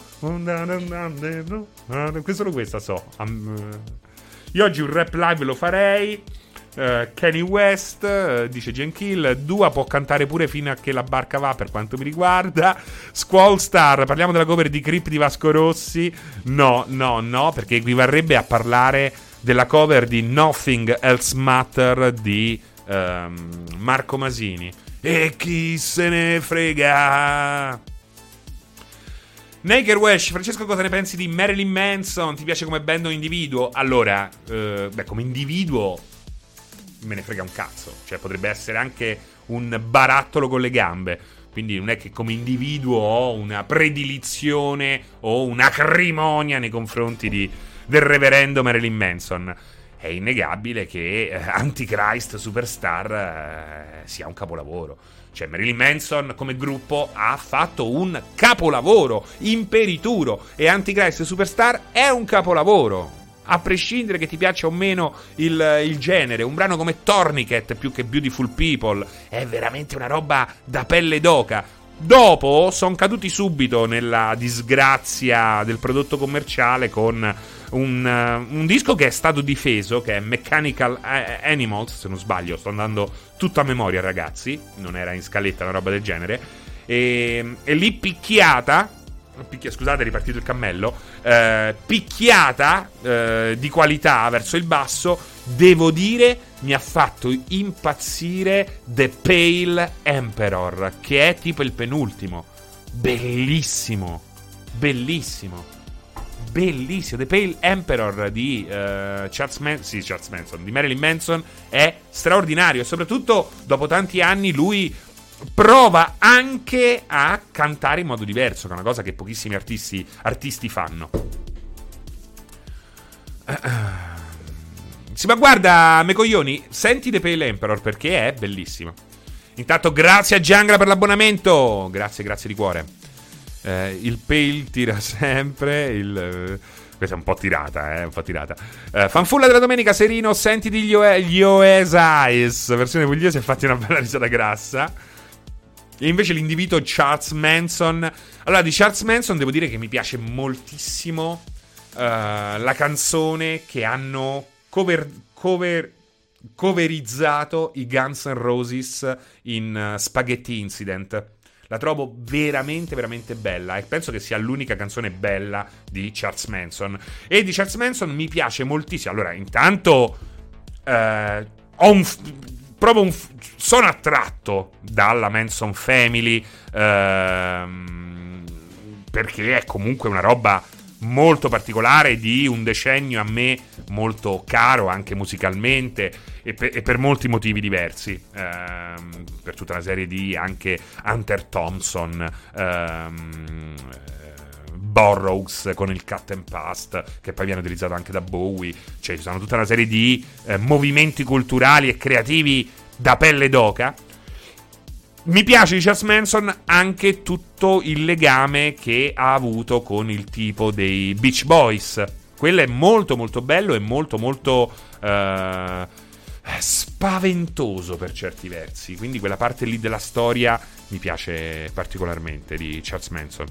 Solo questa so. Io oggi un rap live lo farei. Kanye West, dice Genkill. Dua può cantare pure fino a che la barca va, per quanto mi riguarda. Squall Star, parliamo della cover di Creep di Vasco Rossi. No, perché equivarrebbe a parlare della cover di Nothing Else Matter di Marco Masini. E chi se ne frega. Naked Wesh, Francesco, cosa ne pensi di Marilyn Manson? Ti piace come band o individuo? Allora, come individuo me ne frega un cazzo. Cioè, potrebbe essere anche un barattolo con le gambe. Quindi non è che come individuo ho una predilizione o un'acrimonia nei confronti del reverendo Marilyn Manson. È innegabile che Antichrist Superstar sia un capolavoro. Cioè, Marilyn Manson come gruppo ha fatto un capolavoro imperituro, e Antichrist Superstar è un capolavoro. a prescindere che ti piaccia o meno il genere. Un brano come Tourniquet più che Beautiful People è veramente una roba da pelle d'oca. Dopo sono caduti subito nella disgrazia del prodotto commerciale con un disco che è stato difeso, che è Mechanical Animals, se non sbaglio, sto andando tutto a memoria, ragazzi, non era in scaletta una roba del genere, e lì scusate, è ripartito il cammello, picchiata di qualità verso il basso, devo dire, mi ha fatto impazzire The Pale Emperor, che è tipo il penultimo. Bellissimo, bellissimo, bellissimo. The Pale Emperor di Charles Manson, di Marilyn Manson, è straordinario, e soprattutto dopo tanti anni lui prova anche a cantare in modo diverso, che è una cosa che pochissimi artisti fanno. Sì, ma guarda, me coglioni, senti The Pale Emperor perché è bellissimo. Intanto grazie a Giangra per l'abbonamento, grazie di cuore. Il Pale tira sempre, questa è un po' tirata, fanfulla della domenica, Serino, sentiti gli Oasis, versione pugliese, e fatti una bella risata grassa. E invece l'individuo Charles Manson. Allora, di Charles Manson devo dire che mi piace moltissimo la canzone che hanno coverizzato i Guns N' Roses in Spaghetti Incident. La trovo veramente, veramente bella, e penso che sia l'unica canzone bella di Charles Manson. E di Charles Manson mi piace moltissimo. Allora, intanto sono attratto dalla Manson Family, perché è comunque una roba molto particolare, di un decennio a me molto caro anche musicalmente, e per molti motivi diversi, per tutta una serie di anche Hunter Thompson, Burroughs con il cut and paste, che poi viene utilizzato anche da Bowie. Cioè ci sono tutta una serie di movimenti culturali e creativi da pelle d'oca. Mi piace di Charles Manson anche tutto il legame che ha avuto con il tipo dei Beach Boys. Quello è molto molto bello e molto molto spaventoso per certi versi. Quindi quella parte lì della storia mi piace particolarmente di Charles Manson.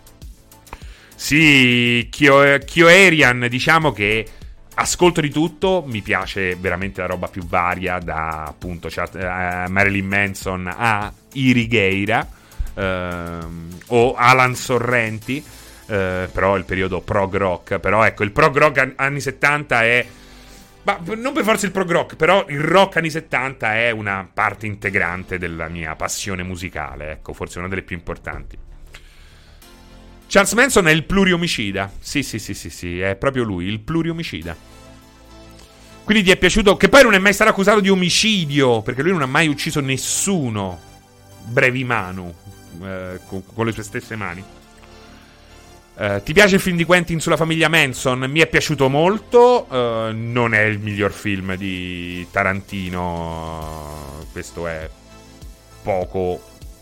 Sì, Kyoerian, diciamo che ascolto di tutto, mi piace veramente la roba più varia, da appunto Marilyn Manson a Irigheira o Alan Sorrenti, però il periodo prog rock. Però ecco, il prog rock anni 70 è, ma non per forza il prog rock, però il rock anni 70 è una parte integrante della mia passione musicale, ecco, forse una delle più importanti. Charles Manson è il pluriomicida. Sì, è proprio lui, il pluriomicida. Quindi ti è piaciuto, che poi non è mai stato accusato di omicidio, perché lui non ha mai ucciso nessuno brevi manu, con le sue stesse mani. Ti piace il film di Quentin sulla famiglia Manson? Mi è piaciuto molto. Non è il miglior film di Tarantino, questo è poco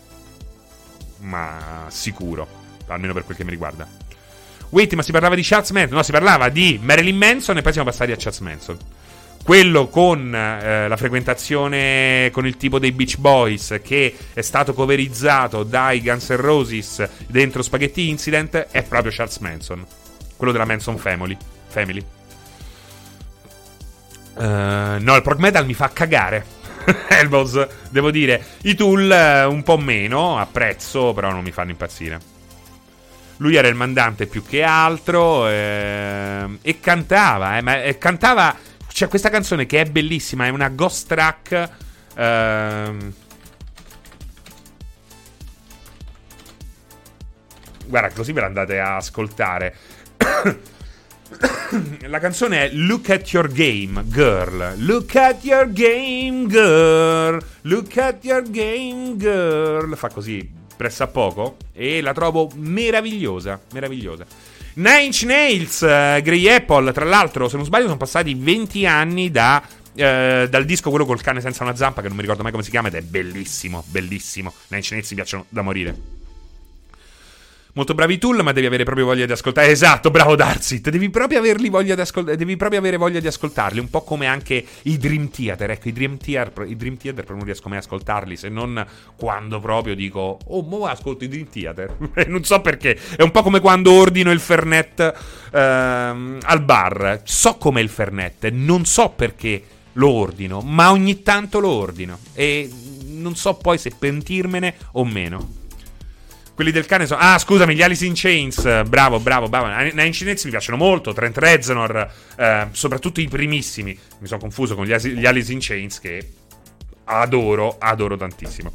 ma sicuro, almeno per quel che mi riguarda. Wait, ma si parlava di Charles Manson? No, si parlava di Marilyn Manson e poi siamo passati a Charles Manson. Quello con la frequentazione con il tipo dei Beach Boys, che è stato coverizzato dai Guns N' Roses dentro Spaghetti Incident, è proprio Charles Manson, quello della Manson Family. No, il prog metal mi fa cagare. Elbows, devo dire. I Tool un po' meno, apprezzo, però non mi fanno impazzire. Lui era il mandante più che altro, e cantava, cantava. C'è questa canzone che è bellissima, è una ghost track. Guarda, così ve la andate a ascoltare. La canzone è Look at Your Game, Girl. Look at your game, girl. Look at your game, girl. Fa così, pressappoco, e la trovo meravigliosa. Nine Inch Nails, Grey Apple. Tra l'altro, se non sbaglio, sono passati 20 anni dal disco, quello col cane senza una zampa, che non mi ricordo mai come si chiama, ed è bellissimo. Nine Inch Nails mi piacciono da morire. Molto bravi i Tool, ma devi avere proprio voglia di ascoltare. Esatto, bravo Darzit. Devi proprio averli voglia di ascoltare. Devi proprio avere voglia di ascoltarli. Un po' come anche i Dream Theater. Ecco, i Dream Theater proprio non riesco mai a ascoltarli. Se non quando proprio dico, oh, mo ascolto i Dream Theater. Non so perché. È un po' come quando ordino il Fernet al bar. So com'è il Fernet. Non so perché lo ordino, ma ogni tanto lo ordino. E non so poi se pentirmene o meno. Quelli del cane sono... Ah, scusami, gli Alice in Chains. Bravo. Nine Inch Nails mi piacciono molto. Trent Reznor, soprattutto i primissimi. Mi sono confuso con gli Alice in Chains, che adoro tantissimo.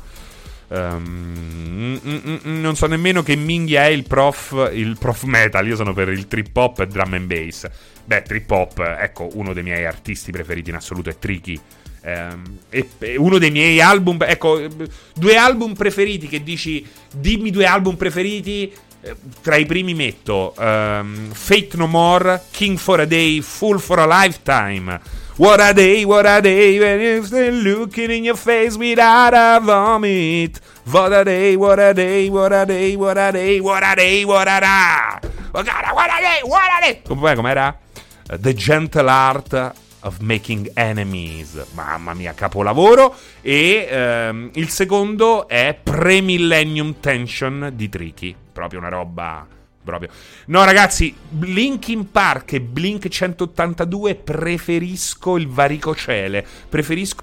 Non so nemmeno che minghia è il prof metal. Io sono per il trip hop e drum and bass. Beh, trip hop, ecco, uno dei miei artisti preferiti in assoluto è Tricky. E uno dei miei album, ecco, 2 album preferiti che dici, dimmi 2 album preferiti, tra i primi metto Fate No More, King for a Day, Fool for a Lifetime. What a day when you're still looking in your face without a vomit. What a day, what a day, what a day, what a day, what a day, what a day. What a day. Com'era? The Gentle Art of Making Enemies. Mamma mia, capolavoro. E il secondo è Pre-Millennium Tension di Tricky. Proprio una roba... proprio. No, ragazzi, Linkin Park e Blink 182 preferisco il varicocele. Preferisco...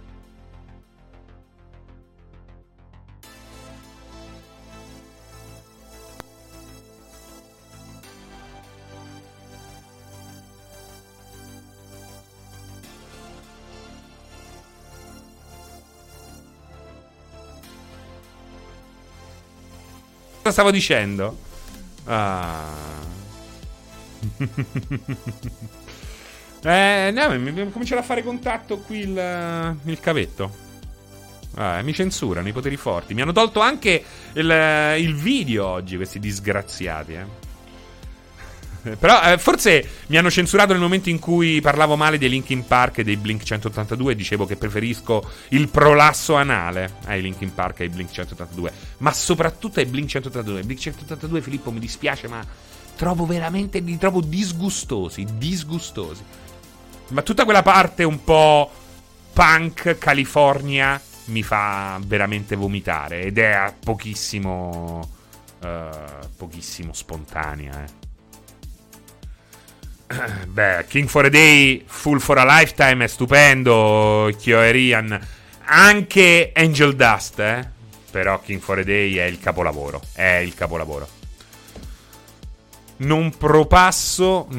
Cosa stavo dicendo? No, mi comincerà a fare contatto qui il cavetto. Mi censurano i poteri forti. Mi hanno tolto anche il video oggi, questi disgraziati, Però forse mi hanno censurato nel momento in cui parlavo male dei Linkin Park e dei Blink 182 e dicevo che preferisco il prolasso anale ai Linkin Park e ai Blink 182, ma soprattutto ai Blink 182. Blink 182, Filippo, mi dispiace, ma li trovo disgustosi. Ma tutta quella parte un po' punk California mi fa veramente vomitare ed è pochissimo spontanea, Beh, King for a Day, Fool for a Lifetime è stupendo, Kyoerian. Anche Angel Dust, però King for a Day è il capolavoro. Non prolasso.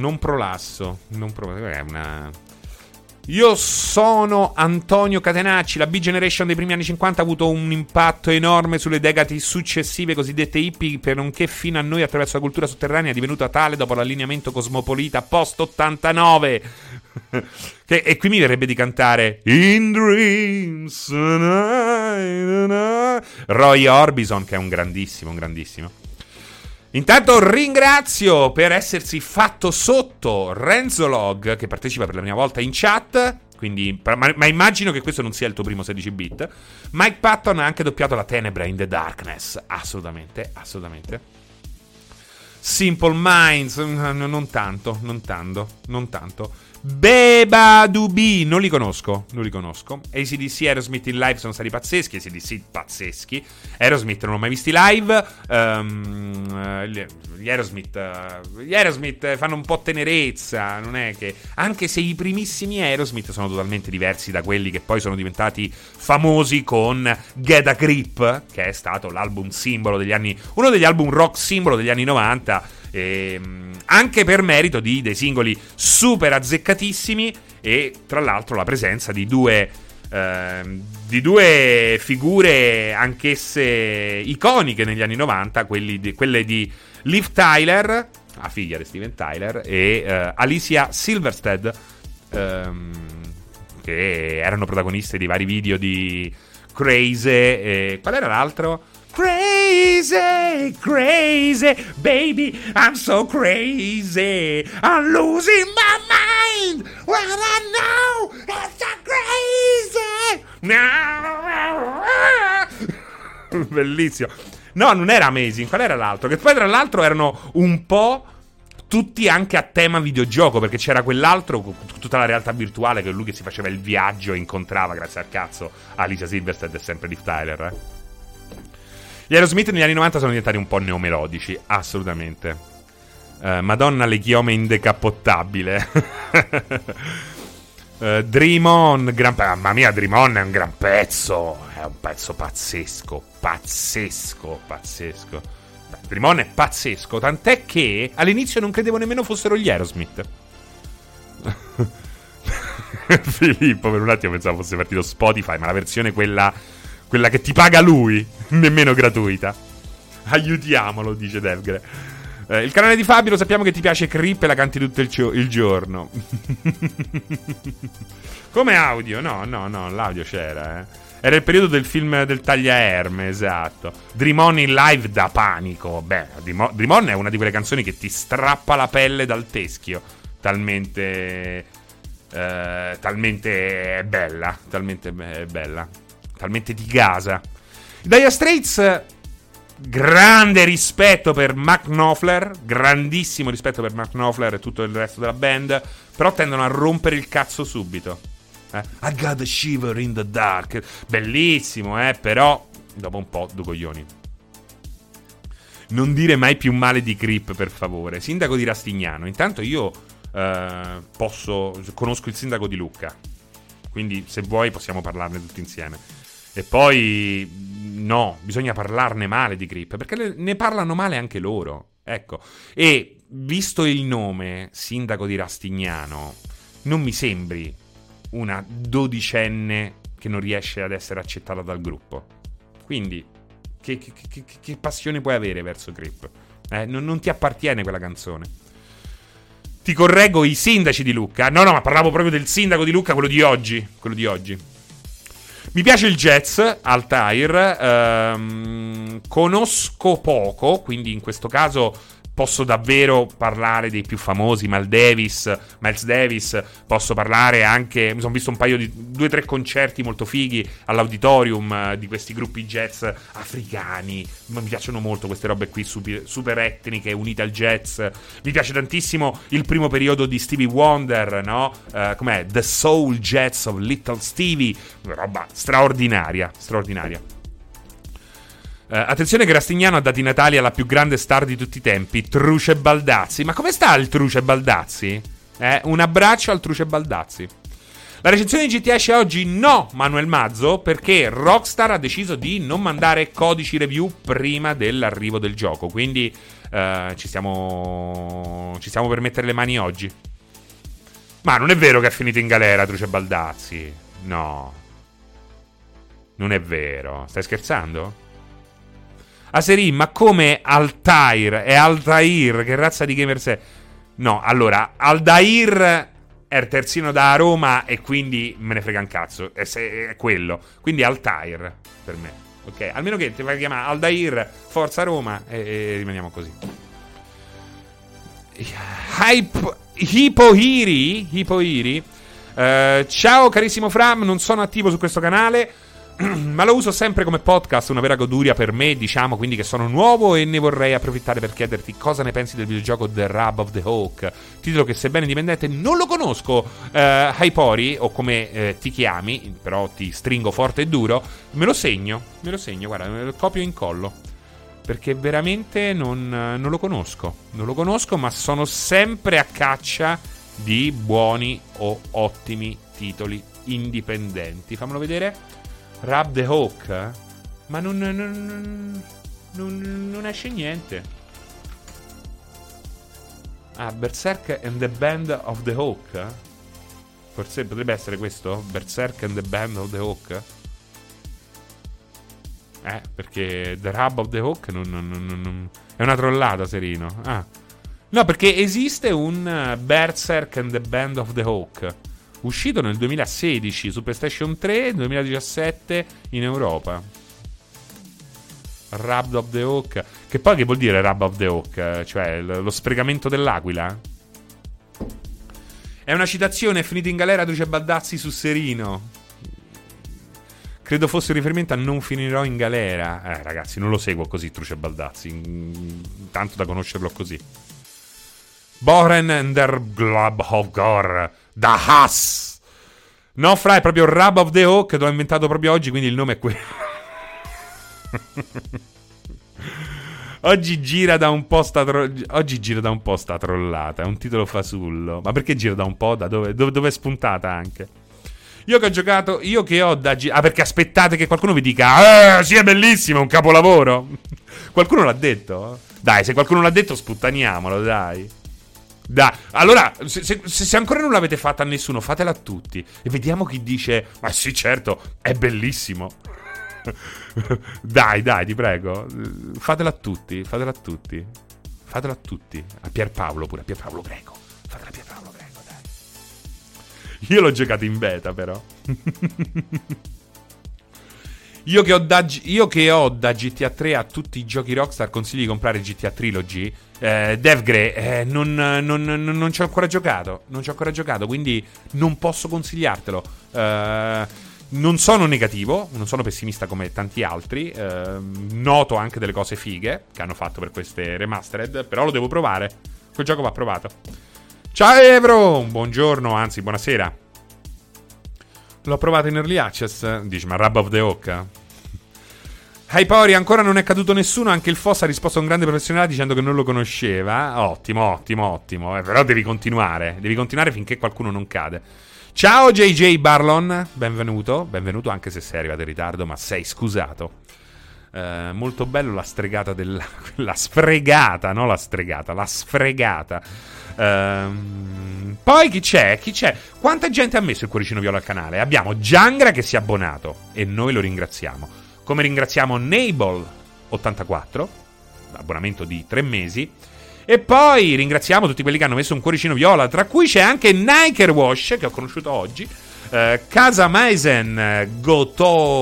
È una... Io sono Antonio Catenacci. La B-Generation dei primi anni 50 ha avuto un impatto enorme sulle decadi successive, cosiddette hippie, per nonché fino a noi attraverso la cultura sotterranea è divenuta tale dopo l'allineamento cosmopolita post-89. E qui mi verrebbe di cantare In Dreams, Roy Orbison, che è un grandissimo. Intanto ringrazio per essersi fatto sotto Renzo Log, che partecipa per la prima volta in chat. Quindi, ma immagino che questo non sia il tuo primo 16 bit. Mike Patton ha anche doppiato la tenebra in The Darkness. Assolutamente. Simple Minds, non tanto. Beba Dubi, non li conosco. AC/DC e Aerosmith in live sono stati pazzeschi. AC/DC pazzeschi. Aerosmith non l'ho mai visti live. Gli Aerosmith fanno un po' tenerezza. Non è che, anche se i primissimi Aerosmith sono totalmente diversi da quelli che poi sono diventati famosi con Get a Grip, che è stato l'album simbolo degli anni, uno degli album rock simbolo degli anni 90. Anche per merito dei singoli super azzeccatissimi e tra l'altro la presenza di due figure anch'esse iconiche negli anni 90, quelle di Liv Tyler, la figlia di Steven Tyler, e Alicia Silverstead, che erano protagoniste di vari video di Crazy. E qual era l'altro? Crazy, baby, I'm so crazy, I'm losing my mind when I know it's so crazy. Bellissimo. No, non era Amazing, qual era l'altro? Che poi tra l'altro erano un po' tutti anche a tema videogioco, perché c'era quell'altro, tutta la realtà virtuale, che è lui che si faceva il viaggio e incontrava, grazie al cazzo, Alicia Silverstedt e sempre Liv Tyler. Gli Aerosmith negli anni 90 sono diventati un po' neomelodici, assolutamente. Madonna, le chiome indecappottabile. Dream On, mamma mia, Dream On è un gran pezzo. È un pezzo pazzesco. Dream On è pazzesco, tant'è che all'inizio non credevo nemmeno fossero gli Aerosmith. Filippo, per un attimo pensavo fosse partito Spotify, ma la versione quella che ti paga lui, nemmeno gratuita. Aiutiamolo, dice Devgre. Il canale di Fabio, lo sappiamo che ti piace Creep e la canti tutto il giorno. Come audio? No, l'audio c'era, Era il periodo del film del tagliaerme, esatto. Dream On in live da panico. Beh, Dream On è una di quelle canzoni che ti strappa la pelle dal teschio. Talmente è bella. Talmente di gasa. Dire Straits, grande rispetto per Mark Knopfler, grandissimo rispetto per Mark Knopfler e tutto il resto della band, però tendono a rompere il cazzo subito. I got a shiver in the dark. Bellissimo, però dopo un po' due coglioni. Non dire mai più male di Creep, per favore. Sindaco di Rastignano. Intanto io conosco il sindaco di Lucca, quindi se vuoi possiamo parlarne tutti insieme. E poi no, bisogna parlarne male di Creep, perché ne parlano male anche loro. Ecco. E visto il nome sindaco di Rastignano, non mi sembri una dodicenne che non riesce ad essere accettata dal gruppo. Quindi che passione puoi avere verso Creep? Non ti appartiene quella canzone. Ti correggo, i sindaci di Lucca. No, ma parlavo proprio del sindaco di Lucca, quello di oggi. Mi piace il jazz, Altair. Conosco poco, quindi in questo caso posso davvero parlare dei più famosi, Miles Davis, posso parlare anche, mi sono visto un paio di 2-3 concerti molto fighi all'auditorium di questi gruppi jazz africani, mi piacciono molto queste robe qui super etniche, unite al jazz. Mi piace tantissimo il primo periodo di Stevie Wonder, no? Com'è? The Soul Jazz of Little Stevie, una roba straordinaria. Attenzione che Rastignano ha dato i natali alla più grande star di tutti i tempi, Truce Baldazzi. Ma come sta il Truce Baldazzi? Un abbraccio al Truce Baldazzi. La recensione di GTA esce oggi? No, Manuel Mazzo, perché Rockstar ha deciso di non mandare codici review prima dell'arrivo del gioco. Quindi ci stiamo per mettere le mani oggi. Ma non è vero che è finito in galera Truce Baldazzi. No, non è vero. Stai scherzando? Aserin, ma come Altair? Che razza di gamer sei? No, allora, Aldair è il terzino da Roma e quindi me ne frega un cazzo. È quello. Quindi Altair per me. Ok? Almeno che ti fai chiamare Aldair, Forza Roma e rimaniamo così. Hipohiri. Ciao carissimo Fram, non sono attivo su questo canale, ma lo uso sempre come podcast, una vera goduria per me, diciamo, quindi che sono nuovo e ne vorrei approfittare per chiederti cosa ne pensi del videogioco The Rub of the Hawk, titolo che sebbene indipendente non lo conosco. Hypori, o come ti chiami, però ti stringo forte e duro, me lo segno, guarda, me lo copio e incollo, perché veramente non lo conosco, ma sono sempre a caccia di buoni o ottimi titoli indipendenti. Fammelo vedere. Rub the Hawk? Ma non esce niente. Berserk and the Band of the Hawk? Forse potrebbe essere questo? Berserk and the Band of the Hawk? Perché The Rub of the Hawk non è una trollata, Serino. No, perché esiste un Berserk and the Band of the Hawk, uscito nel 2016 su PlayStation 3, 2017 in Europa. Rub of the Hawk. Che poi che vuol dire Rub of the Hawk? Cioè lo sfregamento dell'aquila? È una citazione, è finito in galera Truce Baldazzi su Serino. Credo fosse un riferimento a Non finirò in galera. Ragazzi, non lo seguo così Truce Baldazzi, tanto da conoscerlo così. Boren der Glabhogor da Haas. No, fra, è proprio Rab of the Hawk, l'ho inventato proprio oggi, quindi il nome è quello. Oggi gira da un po' sta trollata. È un titolo fasullo. Ma perché gira da un po'? Da dove è spuntata anche? Io che ho giocato. Io che ho da perché aspettate che qualcuno vi dica sì, è bellissimo, è un capolavoro. Qualcuno l'ha detto? Dai, se qualcuno l'ha detto, sputtaniamolo, dai. Dai, allora, se ancora non l'avete fatta a nessuno, fatela a tutti. E vediamo chi dice: ma sì, certo, è bellissimo. Dai, ti prego. Fatela a tutti. A Pierpaolo pure. A Pierpaolo, prego. Fatela a Pierpaolo, prego, dai. Io l'ho giocato in beta, però. Io che ho da GTA 3 a tutti i giochi Rockstar consiglio di comprare GTA Trilogy. Devgre, non ci ho ancora giocato. Quindi non posso consigliartelo. Non sono negativo, non sono pessimista come tanti altri. Noto anche delle cose fighe che hanno fatto per queste remastered, però lo devo provare. Quel gioco va provato. Ciao Evro, buongiorno, anzi buonasera. L'ho provato in Early Access. Dici, ma Rab of the Hawk? Hypori, ancora non è caduto nessuno. Anche il Foss ha risposto a un grande professionale dicendo che non lo conosceva. Ottimo. Però devi continuare finché qualcuno non cade. Ciao JJ Barlon, benvenuto anche se sei arrivato in ritardo, ma sei scusato. Molto bello la stregata la sfregata, no la stregata, la sfregata. Poi chi c'è? Quanta gente ha messo il cuoricino viola al canale? Abbiamo Giangra che si è abbonato e noi lo ringraziamo. Come ringraziamo Nable84, abbonamento di 3 mesi. E poi ringraziamo tutti quelli che hanno messo un cuoricino viola, tra cui c'è anche Niker Wash, che ho conosciuto oggi, Casa Maisen, Go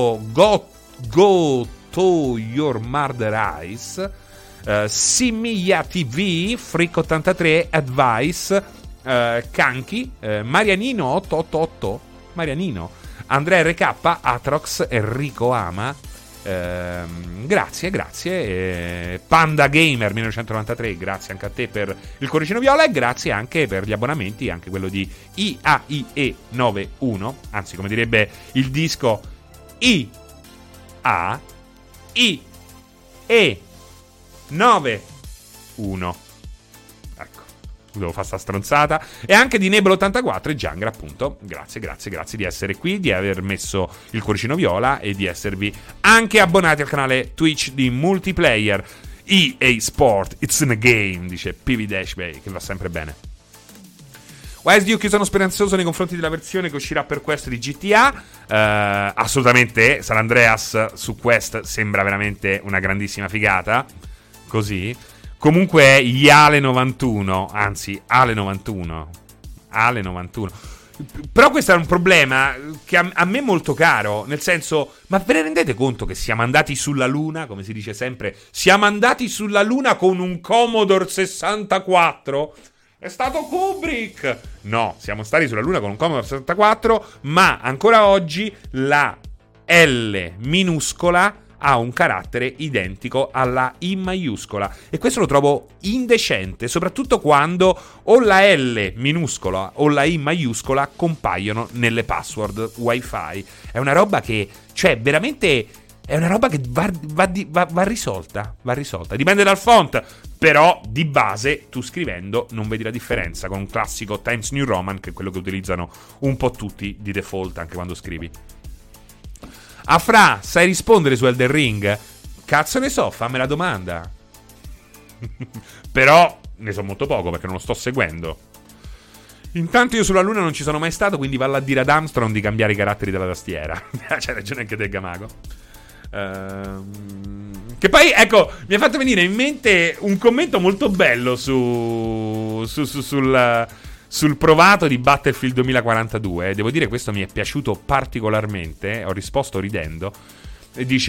to Your Murder Eyes, Simia TV, Frick83, Advice, Kanki, Marianino 888, Andrea RK, Atrox, Enrico Ama, grazie. Panda Gamer 1993, grazie anche a te per il cuoricino viola e grazie anche per gli abbonamenti, anche quello di IAIE91, anzi come direbbe il disco IAIE91. Ecco, devo fare sta stronzata. E anche di Nebel84 e Giangra, appunto. Grazie di essere qui, di aver messo il cuoricino viola e di esservi anche abbonati al canale Twitch di multiplayer EA Sport, it's in a game, dice PV Dashbay, che va sempre bene. Wise Duke, io sono speranzoso nei confronti della versione che uscirà per Quest di GTA. Assolutamente, San Andreas su Quest sembra veramente una grandissima figata. Così. Comunque è Iale 91, anzi Ale 91. Però questo è un problema che a me è molto caro, nel senso, ma ve ne rendete conto che siamo andati sulla Luna, come si dice sempre, siamo andati sulla Luna con un Commodore 64? È stato Kubrick! No, siamo stati sulla Luna con un Commodore 64, ma ancora oggi la L minuscola ha un carattere identico alla I maiuscola e questo lo trovo indecente, soprattutto quando o la L minuscola o la I maiuscola compaiono nelle password wifi. È una roba che, cioè, veramente è una roba che va risolta. Dipende dal font, però di base tu scrivendo non vedi la differenza con un classico Times New Roman, che è quello che utilizzano un po' tutti di default anche quando scrivi. Afra, sai rispondere su Elden Ring? Cazzo ne so, fammi la domanda. Però ne so molto poco perché non lo sto seguendo. Intanto io sulla Luna non ci sono mai stato, quindi valla a dire ad Armstrong di cambiare i caratteri della tastiera. C'hai ragione anche te, Gamago. Che poi, ecco, mi ha fatto venire in mente un commento molto bello sul provato di Battlefield 2042. Devo dire, questo mi è piaciuto particolarmente. Ho risposto ridendo. E dice: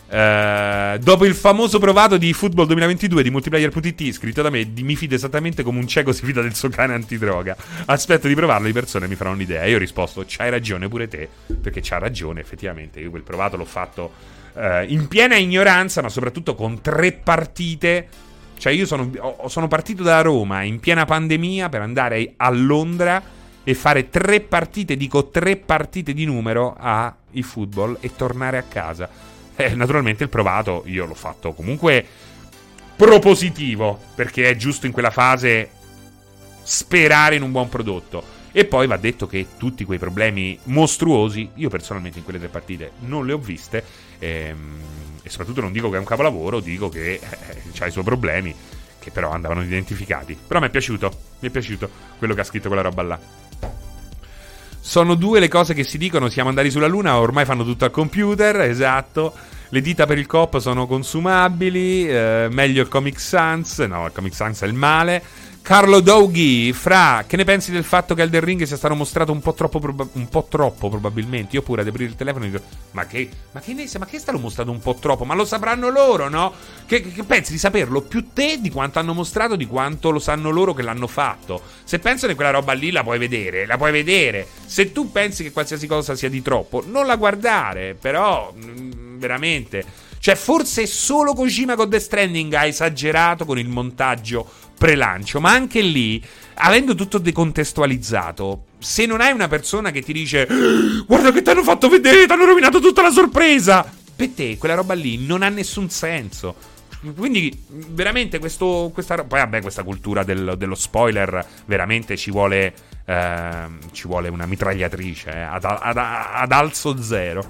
Dopo il famoso provato di Football 2022 di Multiplayer.it, scritto da me, mi fido esattamente come un cieco si fida del suo cane antidroga. Aspetto di provarlo, di persone mi faranno un'idea. Io ho risposto, c'hai ragione pure te, perché c'ha ragione, effettivamente. Io quel provato l'ho fatto in piena ignoranza, ma soprattutto con 3 partite. Cioè io sono partito da Roma in piena pandemia per andare a Londra e fare 3 partite, dico 3 partite di numero a eFootball e tornare a casa. Naturalmente il provato io l'ho fatto comunque propositivo, perché è giusto in quella fase sperare in un buon prodotto. E poi va detto che tutti quei problemi mostruosi io personalmente in quelle 3 partite non le ho viste, e soprattutto non dico che è un capolavoro, dico che ha i suoi problemi, che però andavano identificati. Però mi è piaciuto quello che ha scritto quella roba là. Sono 2 le cose che si dicono, siamo andati sulla luna, ormai fanno tutto al computer, esatto. Le dita per il COP sono consumabili, meglio il Comic Sans, no, il Comic Sans è il male. Carlo Doghi, che ne pensi del fatto che Elden Ring sia stato mostrato un po' troppo probabilmente? Io pure ad aprire il telefono e dico, ma che è stato mostrato un po' troppo? Ma lo sapranno loro, no? Che pensi di saperlo più te di quanto hanno mostrato, di quanto lo sanno loro che l'hanno fatto? Se pensano che quella roba lì la puoi vedere. Se tu pensi che qualsiasi cosa sia di troppo, non la guardare, però veramente. Cioè, forse solo Kojima con Death Stranding ha esagerato con il montaggio prelancio, ma anche lì, avendo tutto decontestualizzato, se non hai una persona che ti dice guarda che ti hanno fatto vedere, ti hanno rovinato tutta la sorpresa, per te quella roba lì non ha nessun senso. Quindi veramente questa cultura dello spoiler veramente ci vuole una mitragliatrice ad alzo zero,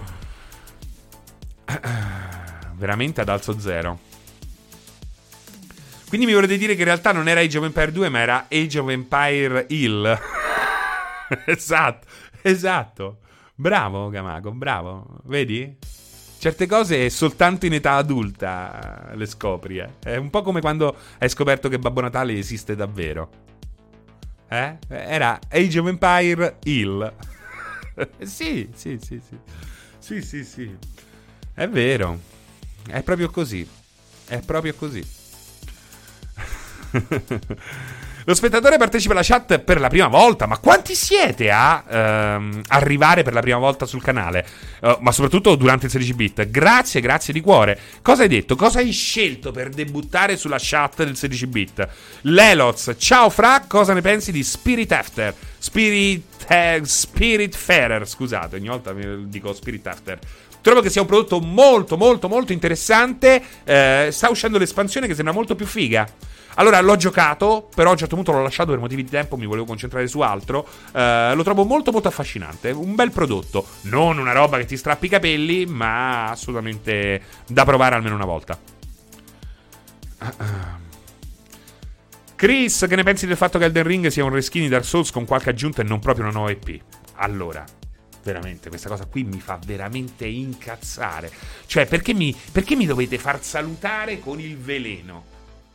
veramente ad alzo zero. Quindi mi volete dire che in realtà non era Age of Empire 2, ma era Age of Empire Hill. Esatto. Bravo, Gamago, bravo. Vedi? Certe cose soltanto in età adulta le scopri, eh. È un po' come quando hai scoperto che Babbo Natale esiste davvero. Era Age of Empire Hill. Sì. Sì. È vero. È proprio così. Lo spettatore partecipa alla chat per la prima volta. Ma quanti siete a arrivare per la prima volta sul canale? Ma soprattutto durante il 16-bit. Grazie di cuore. Cosa hai detto? Cosa hai scelto per debuttare sulla chat del 16-bit? Leloz, ciao Fra, cosa ne pensi di Spiritfarer? Spiritfarer, scusate, ogni volta dico Spiritfarer. Trovo che sia un prodotto molto interessante. Sta uscendo l'espansione che sembra molto più figa. Allora, l'ho giocato, però a un certo punto l'ho lasciato per motivi di tempo, mi volevo concentrare su altro. Lo trovo molto affascinante, un bel prodotto. Non una roba che ti strappi i capelli, ma assolutamente da provare almeno una volta. Chris, che ne pensi del fatto che Elden Ring sia un reskin di Dark Souls con qualche aggiunta e non proprio una nuova IP? Allora, veramente, questa cosa qui mi fa veramente incazzare. Cioè, perché mi dovete far salutare con il veleno?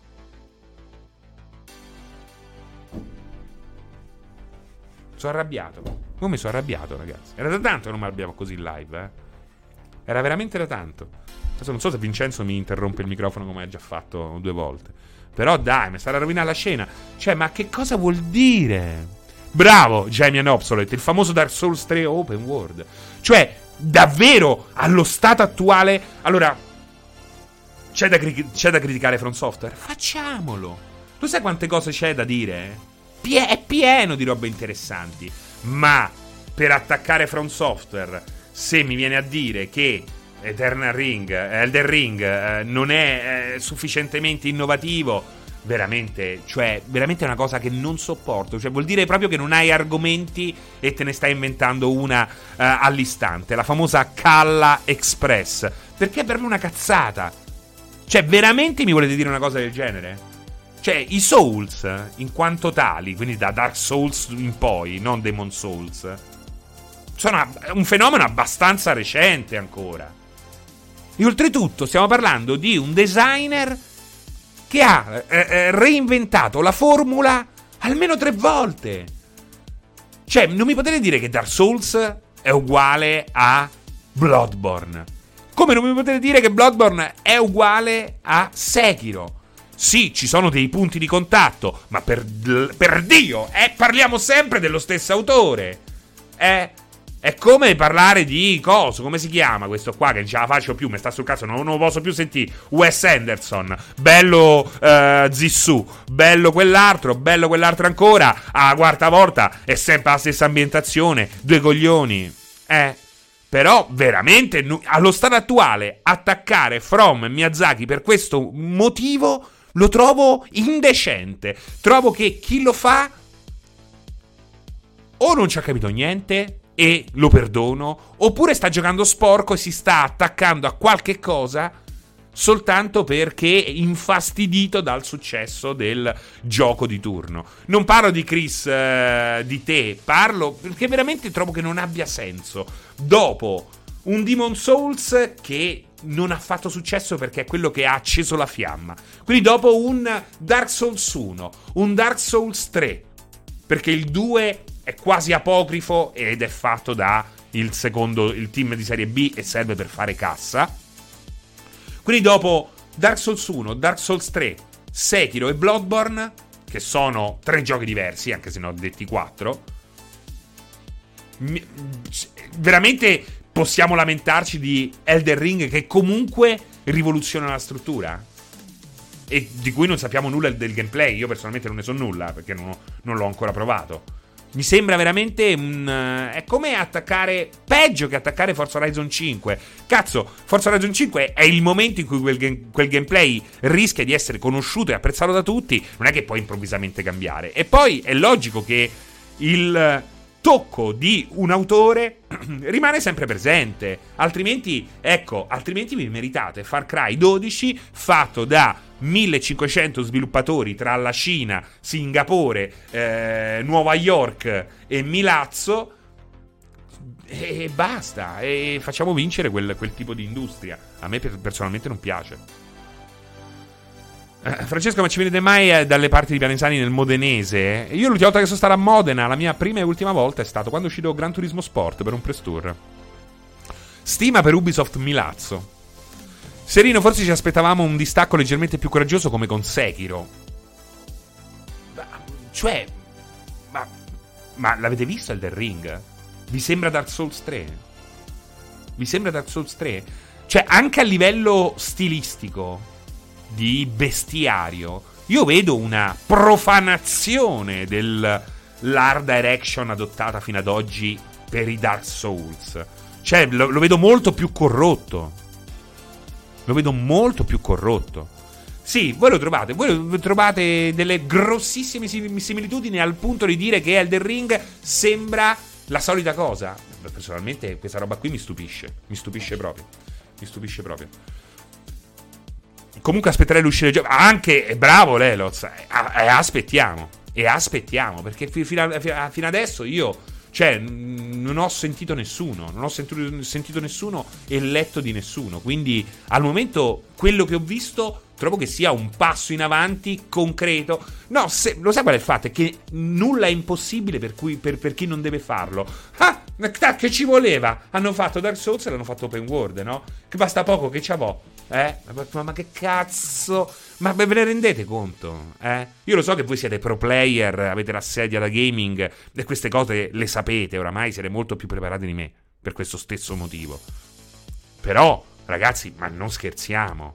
Sono arrabbiato. Come sono arrabbiato, ragazzi? Era da tanto che non mi arrabbiavo così in live, Era veramente da tanto. Adesso non so se Vincenzo mi interrompe il microfono come ha già fatto 2 volte. Però dai, mi sarà rovinata la scena. Cioè, ma che cosa vuol dire? Bravo, Jamian Obsolete, il famoso Dark Souls 3 Open World. Cioè, davvero, allo stato attuale... Allora, c'è da criticare From Software? Facciamolo. Lo sai quante cose c'è da dire? È pieno di robe interessanti. Ma per attaccare From Software, se mi viene a dire che Elden Ring non è sufficientemente innovativo, veramente, cioè veramente è una cosa che non sopporto. Cioè vuol dire proprio che non hai argomenti e te ne stai inventando una all'istante, la famosa Calla Express, perché è proprio una cazzata. Cioè veramente mi volete dire una cosa del genere? Cioè i Souls in quanto tali, quindi da Dark Souls in poi, non Demon Souls, sono un fenomeno abbastanza recente ancora. E oltretutto stiamo parlando di un designer che ha reinventato la formula almeno 3 volte. Cioè, non mi potete dire che Dark Souls è uguale a Bloodborne. Come non mi potete dire che Bloodborne è uguale a Sekiro? Sì, ci sono dei punti di contatto, ma per Dio, parliamo sempre dello stesso autore. È come parlare di coso, come si chiama questo qua che non ce la faccio più, mi sta sul cazzo, non lo posso più sentire. Wes Anderson, bello Zissou, bello quell'altro ancora. La quarta volta è sempre la stessa ambientazione, due coglioni. Però veramente allo stato attuale attaccare From e Miyazaki per questo motivo lo trovo indecente. Trovo che chi lo fa o non ci ha capito niente e lo perdono, oppure sta giocando sporco e si sta attaccando a qualche cosa soltanto perché è infastidito dal successo del gioco di turno. Non parlo di Chris, di te, parlo perché veramente trovo che non abbia senso. Dopo un Demon Souls che non ha fatto successo perché è quello che ha acceso la fiamma. Quindi dopo un Dark Souls 1, un Dark Souls 3, perché il 2 è quasi apocrifo ed è fatto da il team di serie B e serve per fare cassa. Quindi dopo Dark Souls 1, Dark Souls 3, Sekiro e Bloodborne, che sono 3 giochi diversi, anche se ne ho detti 4, veramente possiamo lamentarci di Elden Ring che comunque rivoluziona la struttura e di cui non sappiamo nulla del gameplay. Io personalmente non ne so nulla perché non l'ho ancora provato. Mi sembra veramente è come attaccare, peggio che attaccare Forza Horizon 5. Cazzo, Forza Horizon 5 è il momento in cui quel gameplay rischia di essere conosciuto e apprezzato da tutti. Non è che puoi improvvisamente cambiare. E poi è logico che il tocco di un autore rimane sempre presente. Altrimenti vi meritate Far Cry 12 fatto da 1500 sviluppatori tra la Cina, Singapore, Nuova York e Milazzo, e basta, e facciamo vincere quel tipo di industria. A me personalmente non piace. Francesco, ma ci vedete mai dalle parti di Pianesani nel modenese? Io l'ultima volta che sono stato a Modena, la mia prima e ultima volta, è stato quando è uscito Gran Turismo Sport per un press tour. Stima per Ubisoft Milazzo. Serino, forse ci aspettavamo un distacco leggermente più coraggioso come con Sekiro. Ma l'avete visto Elden Ring? Vi sembra Dark Souls 3? Vi sembra Dark Souls 3? Cioè, anche a livello stilistico, di bestiario, io vedo una profanazione dell'art direction adottata fino ad oggi per i Dark Souls. Cioè, lo vedo molto più corrotto. Lo vedo molto più corrotto. Sì, voi trovate delle grossissime similitudini al punto di dire che Elden Ring sembra la solita cosa. Personalmente questa roba qui mi stupisce. Mi stupisce proprio. Comunque aspetterei l'uscita del gioco. Anche, bravo Leloz. Aspettiamo, perché fino adesso io, cioè, non ho sentito nessuno. Non ho sentito nessuno e letto di nessuno. Quindi al momento quello che ho visto trovo che sia un passo in avanti concreto. No, lo sai qual è il fatto? È che nulla è impossibile per chi non deve farlo. Che ci voleva? Hanno fatto Dark Souls e l'hanno fatto open world, no? Che basta poco, che c'avo. Ma che cazzo? Ma ve ne rendete conto? Io lo so che voi siete pro player, avete la sedia da gaming e queste cose le sapete, oramai siete molto più preparati di me per questo stesso motivo. Però, ragazzi, ma non scherziamo.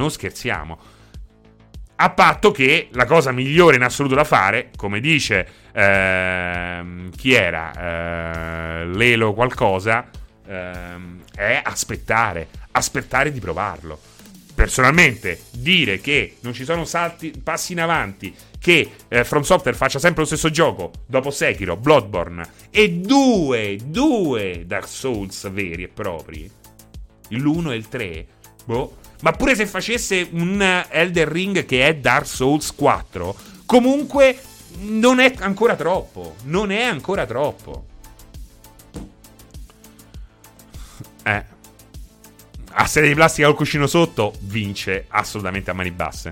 A patto che la cosa migliore in assoluto da fare, come dice chi era? Lelo qualcosa, è aspettare di provarlo. Personalmente, dire che non ci sono passi in avanti, che From Software faccia sempre lo stesso gioco dopo Sekiro, Bloodborne e due Dark Souls veri e propri, l'1 e il 3, ma pure se facesse un Elden Ring che è Dark Souls 4, comunque non è ancora troppo. A serie di plastica col cuscino sotto vince assolutamente a mani basse.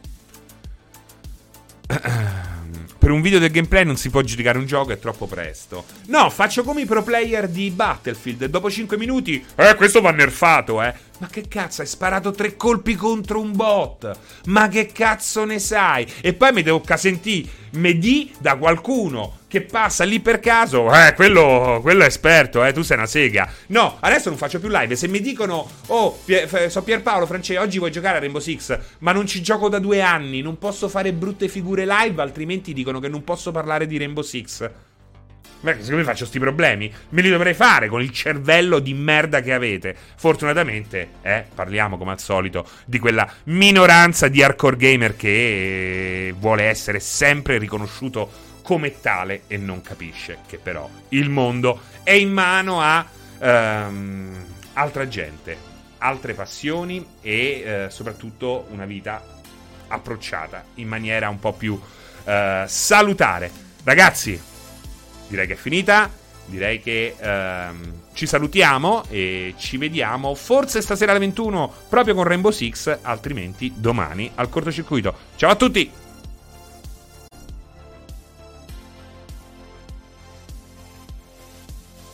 Per un video del gameplay non si può giudicare un gioco, è troppo presto. No, faccio come i pro player di Battlefield. Dopo 5 minuti, questo va nerfato, Ma che cazzo, hai sparato 3 colpi contro un bot? Ma che cazzo ne sai? E poi mi tocca sentire Mehdi da qualcuno che passa lì per caso. Quello è esperto, tu sei una sega. No, adesso non faccio più live. Se mi dicono, so Pierpaolo Francesco, oggi vuoi giocare a Rainbow Six, ma non ci gioco da 2 anni, non posso fare brutte figure live, altrimenti dicono che non posso parlare di Rainbow Six. Beh, secondo me faccio sti problemi. Me li dovrei fare con il cervello di merda che avete. Fortunatamente, parliamo come al solito di quella minoranza di hardcore gamer che vuole essere sempre riconosciuto come tale e non capisce che però il mondo è in mano a altra gente, altre passioni e soprattutto una vita approcciata in maniera un po' più salutare. Ragazzi, direi che è finita. Direi che ci salutiamo e ci vediamo forse stasera alle 21 proprio con Rainbow Six, altrimenti domani al cortocircuito. Ciao a tutti!